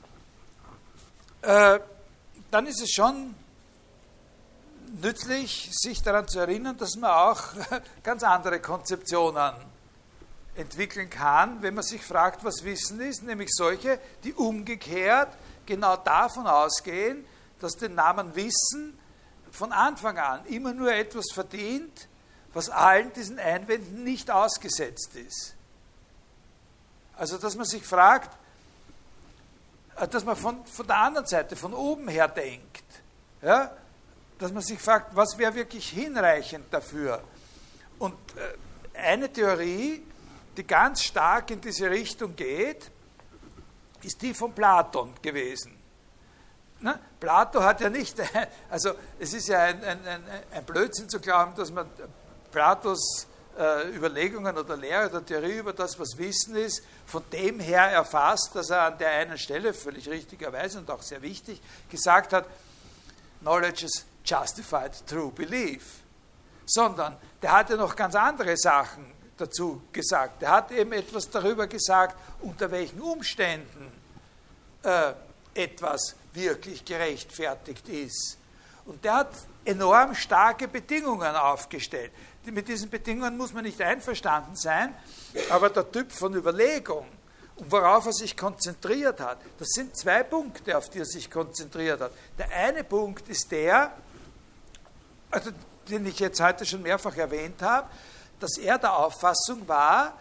dann ist es schon nützlich, sich daran zu erinnern, dass man auch ganz andere Konzeptionen entwickeln kann, wenn man sich fragt, was Wissen ist, nämlich solche, die umgekehrt genau davon ausgehen, dass den Namen Wissen von Anfang an immer nur etwas verdient, was allen diesen Einwänden nicht ausgesetzt ist. Also, dass man sich fragt, dass man von der anderen Seite, von oben her denkt, ja? Dass man sich fragt, was wäre wirklich hinreichend dafür? Und eine Theorie, die ganz stark in diese Richtung geht, ist die von Platon gewesen. Ne? Plato hat ja nicht, also es ist ja ein Blödsinn zu glauben, dass man Platos Überlegungen oder Lehre oder Theorie über das, was Wissen ist, von dem her erfasst, dass er an der einen Stelle, völlig richtigerweise und auch sehr wichtig, gesagt hat, Knowledge is justified through belief. Sondern der hatte noch ganz andere Sachen dazu gesagt. Der hat eben etwas darüber gesagt, unter welchen Umständen etwas wirklich gerechtfertigt ist. Und der hat enorm starke Bedingungen aufgestellt. Mit diesen Bedingungen muss man nicht einverstanden sein, aber der Typ von Überlegung und worauf er sich konzentriert hat, das sind zwei Punkte, auf die er sich konzentriert hat. Der eine Punkt ist der, also den ich jetzt heute schon mehrfach erwähnt habe, dass er der Auffassung war,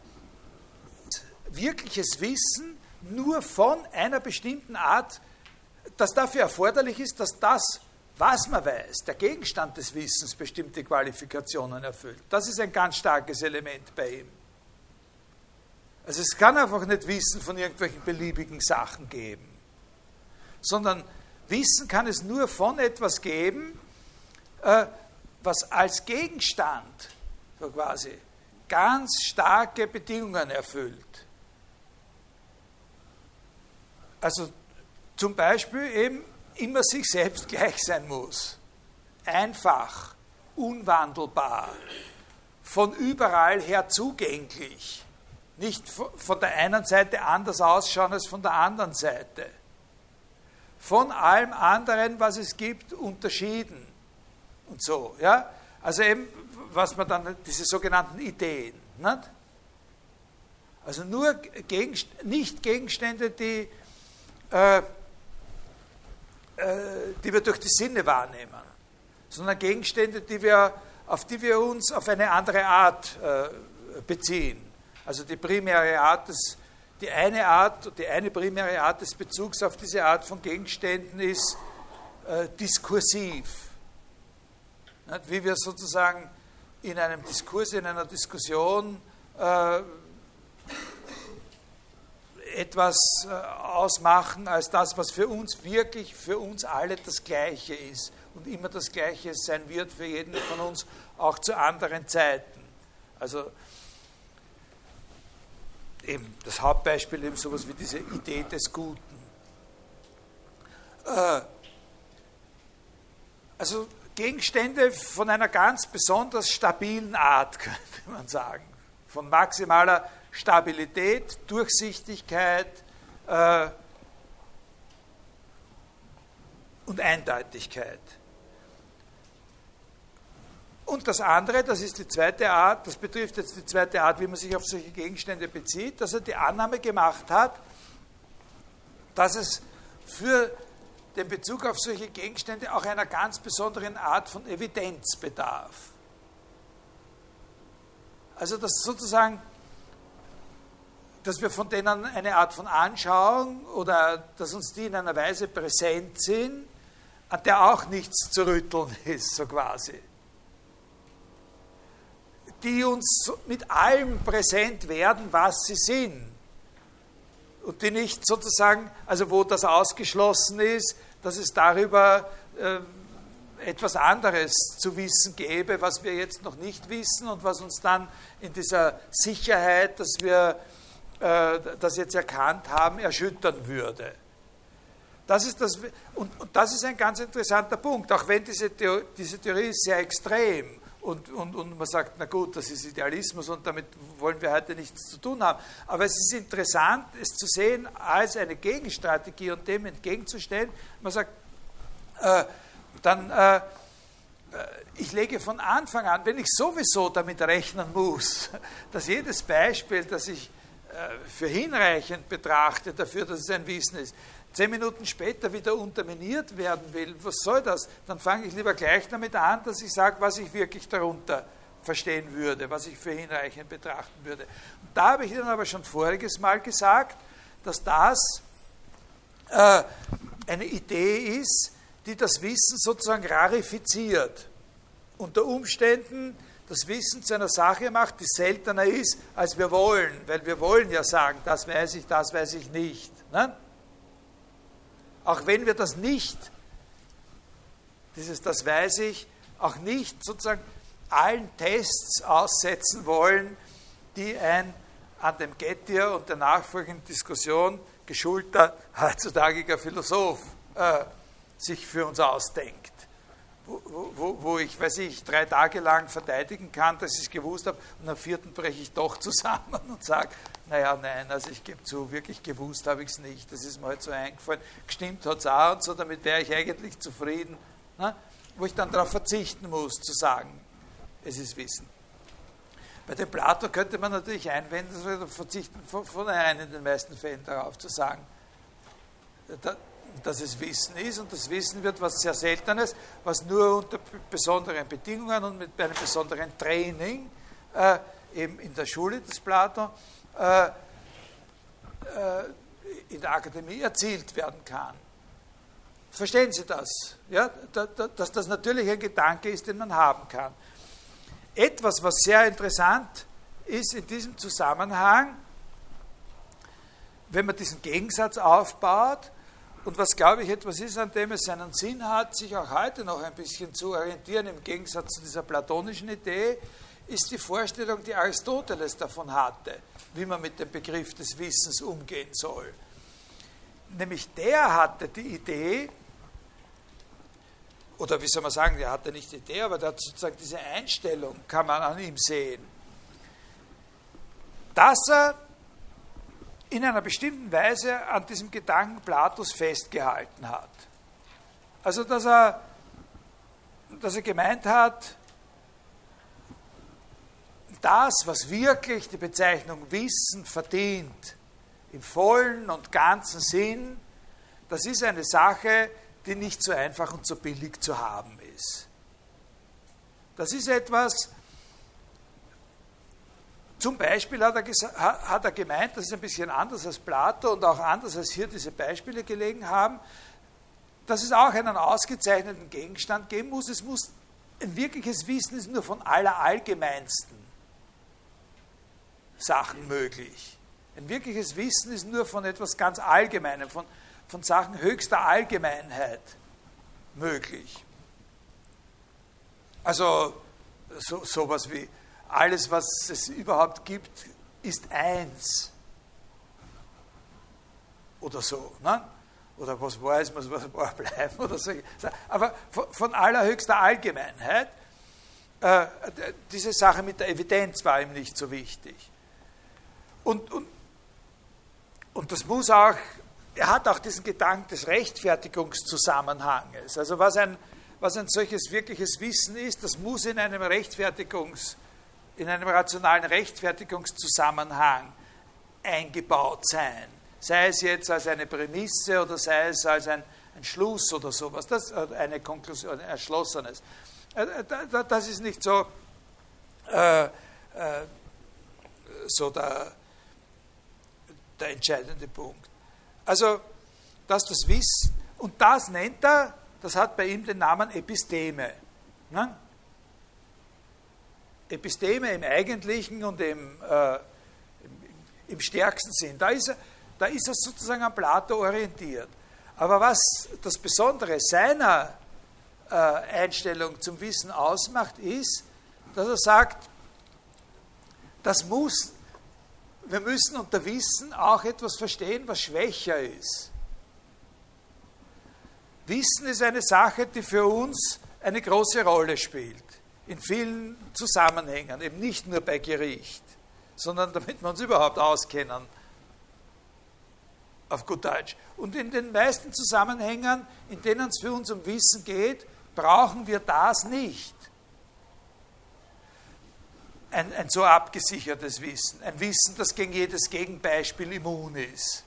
wirkliches Wissen nur von einer bestimmten Art, das dafür erforderlich ist, dass das, was man weiß, der Gegenstand des Wissens bestimmte Qualifikationen erfüllt. Das ist ein ganz starkes Element bei ihm. Also es kann einfach nicht Wissen von irgendwelchen beliebigen Sachen geben, sondern Wissen kann es nur von etwas geben, was als Gegenstand so quasi ganz starke Bedingungen erfüllt. Also zum Beispiel eben immer sich selbst gleich sein muss. Einfach, unwandelbar, von überall her zugänglich. Nicht von der einen Seite anders ausschauen als von der anderen Seite. Von allem anderen, was es gibt, unterschieden. Und so, ja. Also eben, was man dann, diese sogenannten Ideen, nicht? Also nur nicht Gegenstände, die wir durch die Sinne wahrnehmen, sondern Gegenstände, auf die wir uns auf eine andere Art beziehen. Also die eine primäre Art des Bezugs auf diese Art von Gegenständen ist diskursiv. Wie wir sozusagen in einem Diskurs, in einer Diskussion etwas ausmachen als das, was für uns wirklich, für uns alle das Gleiche ist und immer das Gleiche sein wird für jeden von uns, auch zu anderen Zeiten. Also eben das Hauptbeispiel eben sowas wie diese Idee des Guten. Also Gegenstände von einer ganz besonders stabilen Art, könnte man sagen. Von maximaler Stabilität, Durchsichtigkeit und Eindeutigkeit. Und das andere, das ist die zweite Art, das betrifft jetzt die zweite Art, wie man sich auf solche Gegenstände bezieht, dass er die Annahme gemacht hat, dass es für den Bezug auf solche Gegenstände auch einer ganz besonderen Art von Evidenz bedarf. Also dass sozusagen, dass wir von denen eine Art von Anschauung oder dass uns die in einer Weise präsent sind, an der auch nichts zu rütteln ist, so quasi. Die uns mit allem präsent werden, was sie sind. Und die nicht sozusagen, also wo das ausgeschlossen ist, dass es darüber etwas anderes zu wissen gäbe, was wir jetzt noch nicht wissen und was uns dann in dieser Sicherheit, dass wir das jetzt erkannt haben, erschüttern würde. Das ist das, und das ist ein ganz interessanter Punkt, auch wenn diese Theorie ist sehr extrem. Und man sagt, na gut, das ist Idealismus und damit wollen wir heute nichts zu tun haben. Aber es ist interessant, es zu sehen als eine Gegenstrategie und dem entgegenzustellen. Man sagt, ich lege von Anfang an, wenn ich sowieso damit rechnen muss, dass jedes Beispiel, das ich für hinreichend betrachte, dafür, dass es ein Wissen ist, 10 Minuten später wieder unterminiert werden will, was soll das? Dann fange ich lieber gleich damit an, dass ich sage, was ich wirklich darunter verstehen würde, was ich für hinreichend betrachten würde. Und da habe ich Ihnen aber schon voriges Mal gesagt, dass das eine Idee ist, die das Wissen sozusagen rarifiziert. Unter Umständen das Wissen zu einer Sache macht, die seltener ist, als wir wollen. Weil wir wollen ja sagen, das weiß ich nicht. Ne? Auch wenn wir das nicht, das weiß ich, auch nicht sozusagen allen Tests aussetzen wollen, die ein an dem Gettier und der nachfolgenden Diskussion geschulter heutzutage Philosoph sich für uns ausdenkt. Wo ich, 3 Tage lang verteidigen kann, dass ich es gewusst habe, und am 4. breche ich doch zusammen und sage, naja, nein, also ich gebe zu, wirklich gewusst habe ich es nicht, das ist mir halt so eingefallen, gestimmt hat es auch und so, damit wäre ich eigentlich zufrieden, ne? Wo ich dann darauf verzichten muss, zu sagen, es ist Wissen. Bei dem Plato könnte man natürlich einwenden, dass wir verzichten von vornherein in den meisten Fällen darauf zu sagen, dass es Wissen ist und das Wissen wird was sehr Seltenes, was nur unter besonderen Bedingungen und mit einem besonderen Training eben in der Schule des Plato in der Akademie erzielt werden kann. Verstehen Sie das? Ja? Dass das natürlich ein Gedanke ist, den man haben kann. Etwas, was sehr interessant ist in diesem Zusammenhang, wenn man diesen Gegensatz aufbaut, und was, glaube ich, etwas ist, an dem es seinen Sinn hat, sich auch heute noch ein bisschen zu orientieren, im Gegensatz zu dieser platonischen Idee, ist die Vorstellung, die Aristoteles davon hatte, wie man mit dem Begriff des Wissens umgehen soll. Nämlich der hatte die Idee, oder wie soll man sagen, der hatte nicht die Idee, aber der hat sozusagen diese Einstellung, kann man an ihm sehen, dass er in einer bestimmten Weise an diesem Gedanken Platos festgehalten hat. Also, dass er gemeint hat, das, was wirklich die Bezeichnung Wissen verdient, im vollen und ganzen Sinn, das ist eine Sache, die nicht so einfach und so billig zu haben ist. Das ist etwas, zum Beispiel hat er gemeint, das ist ein bisschen anders als Plato und auch anders als hier diese Beispiele gelegen haben, dass es auch einen ausgezeichneten Gegenstand geben muss. Es muss ein wirkliches Wissen ist nur von allerallgemeinsten Sachen möglich. Ein wirkliches Wissen ist nur von etwas ganz Allgemeinem, von Sachen höchster Allgemeinheit möglich. Also sowas wie alles, was es überhaupt gibt, ist eins. Oder so. Ne? oder was wahr ist, muss was wahr bleiben, oder so. Aber von allerhöchster Allgemeinheit. Diese Sache mit der Evidenz war ihm nicht so wichtig. Und das muss auch, er hat auch diesen Gedanken des Rechtfertigungszusammenhanges. Also was ein solches wirkliches Wissen ist, das muss in einem rationalen Rechtfertigungszusammenhang eingebaut sein. Sei es jetzt als eine Prämisse oder sei es als ein Schluss oder sowas, eine Konklusion, ein Erschlossenes. Das ist nicht so, so der entscheidende Punkt. Also, dass das Wissen, und das nennt er, das hat bei ihm den Namen Episteme. Ne? Episteme im eigentlichen und im stärksten Sinn. Da ist er sozusagen an Plato orientiert. Aber was das Besondere seiner Einstellung zum Wissen ausmacht, ist, dass er sagt, wir müssen unter Wissen auch etwas verstehen, was schwächer ist. Wissen ist eine Sache, die für uns eine große Rolle spielt, in vielen Zusammenhängen, eben nicht nur bei Gericht, sondern damit wir uns überhaupt auskennen, auf gut Deutsch. Und in den meisten Zusammenhängen, in denen es für uns um Wissen geht, brauchen wir das nicht. Ein so abgesichertes Wissen. Ein Wissen, das gegen jedes Gegenbeispiel immun ist.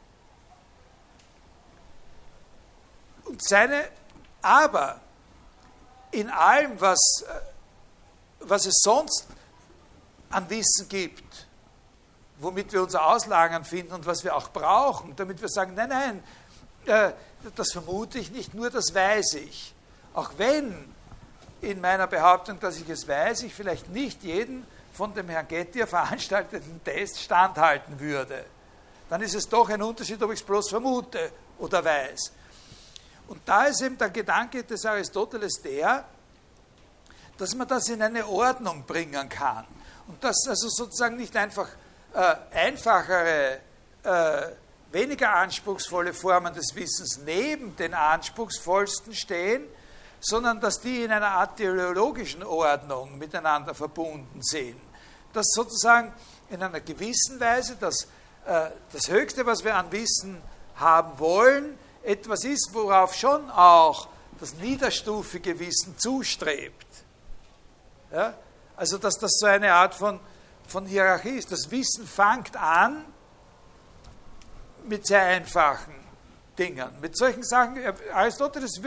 Aber in allem, was es sonst an Wissen gibt, womit wir unser Auslagern finden und was wir auch brauchen, damit wir sagen, nein, das vermute ich nicht, nur das weiß ich. Auch wenn in meiner Behauptung, dass ich es weiß, ich vielleicht nicht jeden von dem Herrn Gettier veranstalteten Test standhalten würde. Dann ist es doch ein Unterschied, ob ich es bloß vermute oder weiß. Und da ist eben der Gedanke des Aristoteles der, dass man das in eine Ordnung bringen kann. Und dass also sozusagen nicht einfach einfachere, weniger anspruchsvolle Formen des Wissens neben den anspruchsvollsten stehen, sondern dass die in einer Art teleologischen Ordnung miteinander verbunden sind. Dass sozusagen in einer gewissen Weise das Höchste, was wir an Wissen haben wollen, etwas ist, worauf schon auch das niederstufige Wissen zustrebt. Ja? Also dass das so eine Art von Hierarchie ist. Das Wissen fängt an mit sehr einfachen Dingen. Mit solchen Sachen, Aristoteles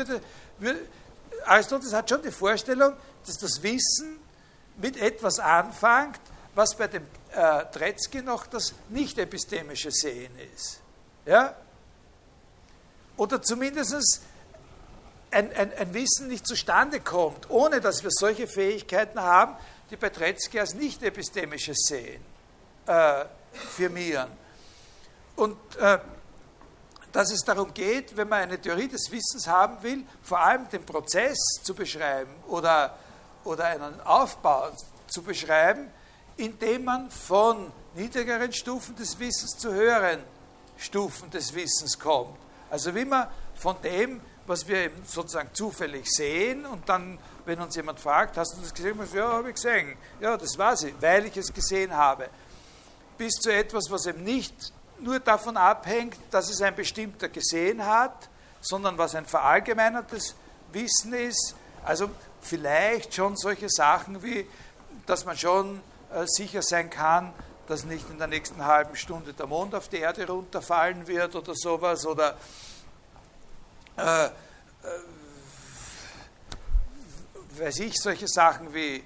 hat schon die Vorstellung, dass das Wissen mit etwas anfängt, was bei dem Tretzky noch das nicht-epistemische Sehen ist. Ja? Oder zumindest ein Wissen nicht zustande kommt, ohne dass wir solche Fähigkeiten haben, die bei Tretzky als nicht-epistemisches Sehen firmieren. Und dass es darum geht, wenn man eine Theorie des Wissens haben will, vor allem den Prozess zu beschreiben oder einen Aufbau zu beschreiben, indem man von niedrigeren Stufen des Wissens zu höheren Stufen des Wissens kommt. Also wie man von dem, was wir eben sozusagen zufällig sehen und dann, wenn uns jemand fragt, hast du das gesehen? Ja, habe ich gesehen. Ja, das weiß ich, weil ich es gesehen habe. Bis zu etwas, was eben nicht nur davon abhängt, dass es ein bestimmter gesehen hat, sondern was ein verallgemeinertes Wissen ist. Also vielleicht schon solche Sachen wie, dass man schon sicher sein kann, dass nicht in der nächsten halben Stunde der Mond auf die Erde runterfallen wird oder sowas, oder weiß ich, solche Sachen wie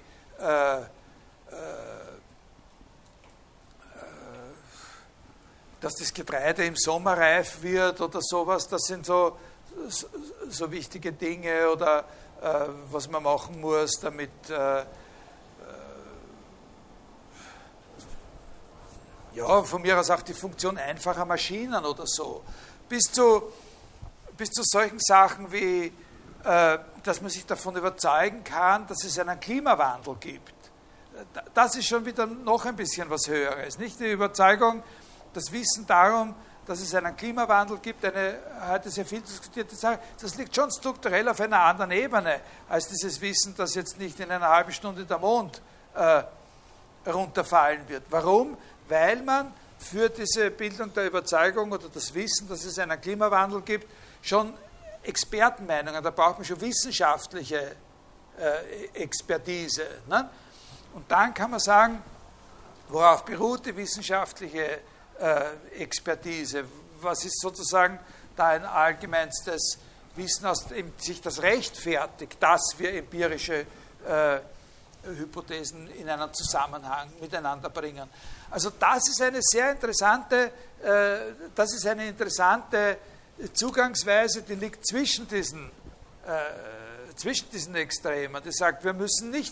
dass das Getreide im Sommer reif wird oder sowas, das sind so wichtige Dinge, oder was man machen muss, damit ja, von mir aus auch die Funktion einfacher Maschinen oder so, bis zu solchen Sachen wie, dass man sich davon überzeugen kann, dass es einen Klimawandel gibt. Das ist schon wieder noch ein bisschen was Höheres, nicht? Die Überzeugung, das Wissen darum, dass es einen Klimawandel gibt, eine heute sehr viel diskutierte Sache, das liegt schon strukturell auf einer anderen Ebene, als dieses Wissen, dass jetzt nicht in einer halben Stunde der Mond runterfallen wird. Warum? Weil man für diese Bildung der Überzeugung oder das Wissen, dass es einen Klimawandel gibt, schon Expertenmeinungen, da braucht man schon wissenschaftliche Expertise. Ne? Und dann kann man sagen, worauf beruht die wissenschaftliche Expertise? Was ist sozusagen da ein allgemeinstes Wissen, aus dem sich das rechtfertigt, dass wir empirische Hypothesen in einen Zusammenhang miteinander bringen? Also das ist eine sehr interessante, Zugangsweise, die liegt zwischen diesen Extremen. Die sagt, wir müssen nicht,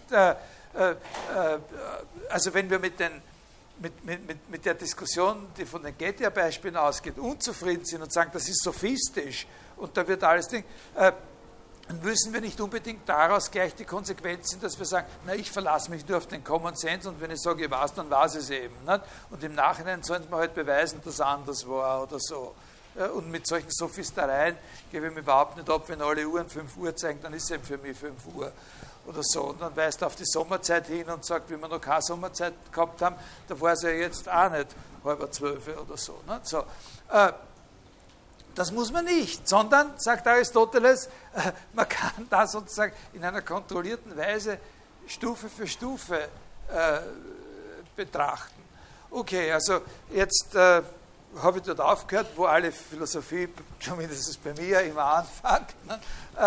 also wenn wir mit der Diskussion, die von den Gettier-Beispielen ausgeht, unzufrieden sind und sagen, das ist sophistisch und da wird alles Ding, dann müssen wir nicht unbedingt daraus gleich die Konsequenz ziehen, dass wir sagen, na, ich verlasse mich nur auf den Common Sense und wenn ich sage, ich weiß, dann weiß ich es eben. Nicht? Und im Nachhinein sollen sie mir halt beweisen, dass es anders war oder so. Und mit solchen Sophistereien gebe ich mich überhaupt nicht ab, wenn alle Uhren 5 Uhr zeigen, dann ist es eben für mich 5 Uhr oder so. Und dann weist er auf die Sommerzeit hin und sagt, wie wir noch keine Sommerzeit gehabt haben, da war es ja jetzt auch nicht 11:30 oder so. Nicht? So. Das muss man nicht, sondern, sagt Aristoteles, man kann das sozusagen in einer kontrollierten Weise Stufe für Stufe betrachten. Okay, also jetzt habe ich dort aufgehört, wo alle Philosophie, zumindest bei mir, immer anfängt. Ne?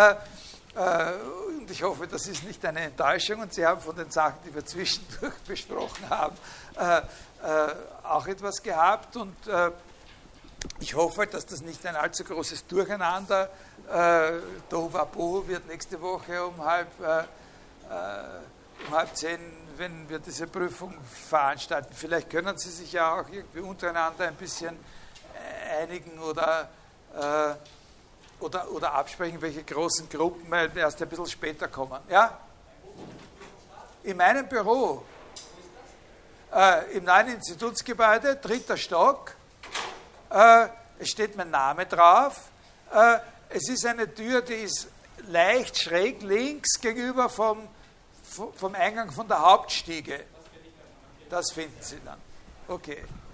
Und ich hoffe, das ist nicht eine Enttäuschung und Sie haben von den Sachen, die wir zwischendurch besprochen haben, auch etwas gehabt und ich hoffe, dass das nicht ein allzu großes Durcheinander, Tohuwabohu wird nächste Woche um halb 10, wenn wir diese Prüfung veranstalten. Vielleicht können Sie sich ja auch irgendwie untereinander ein bisschen einigen oder absprechen, welche großen Gruppen erst ein bisschen später kommen. Ja? In meinem Büro, im neuen Institutsgebäude, 3. Stock. Es steht mein Name drauf. Es ist eine Tür, die ist leicht schräg links gegenüber vom Eingang von der Hauptstiege. Das finden Sie dann. Okay.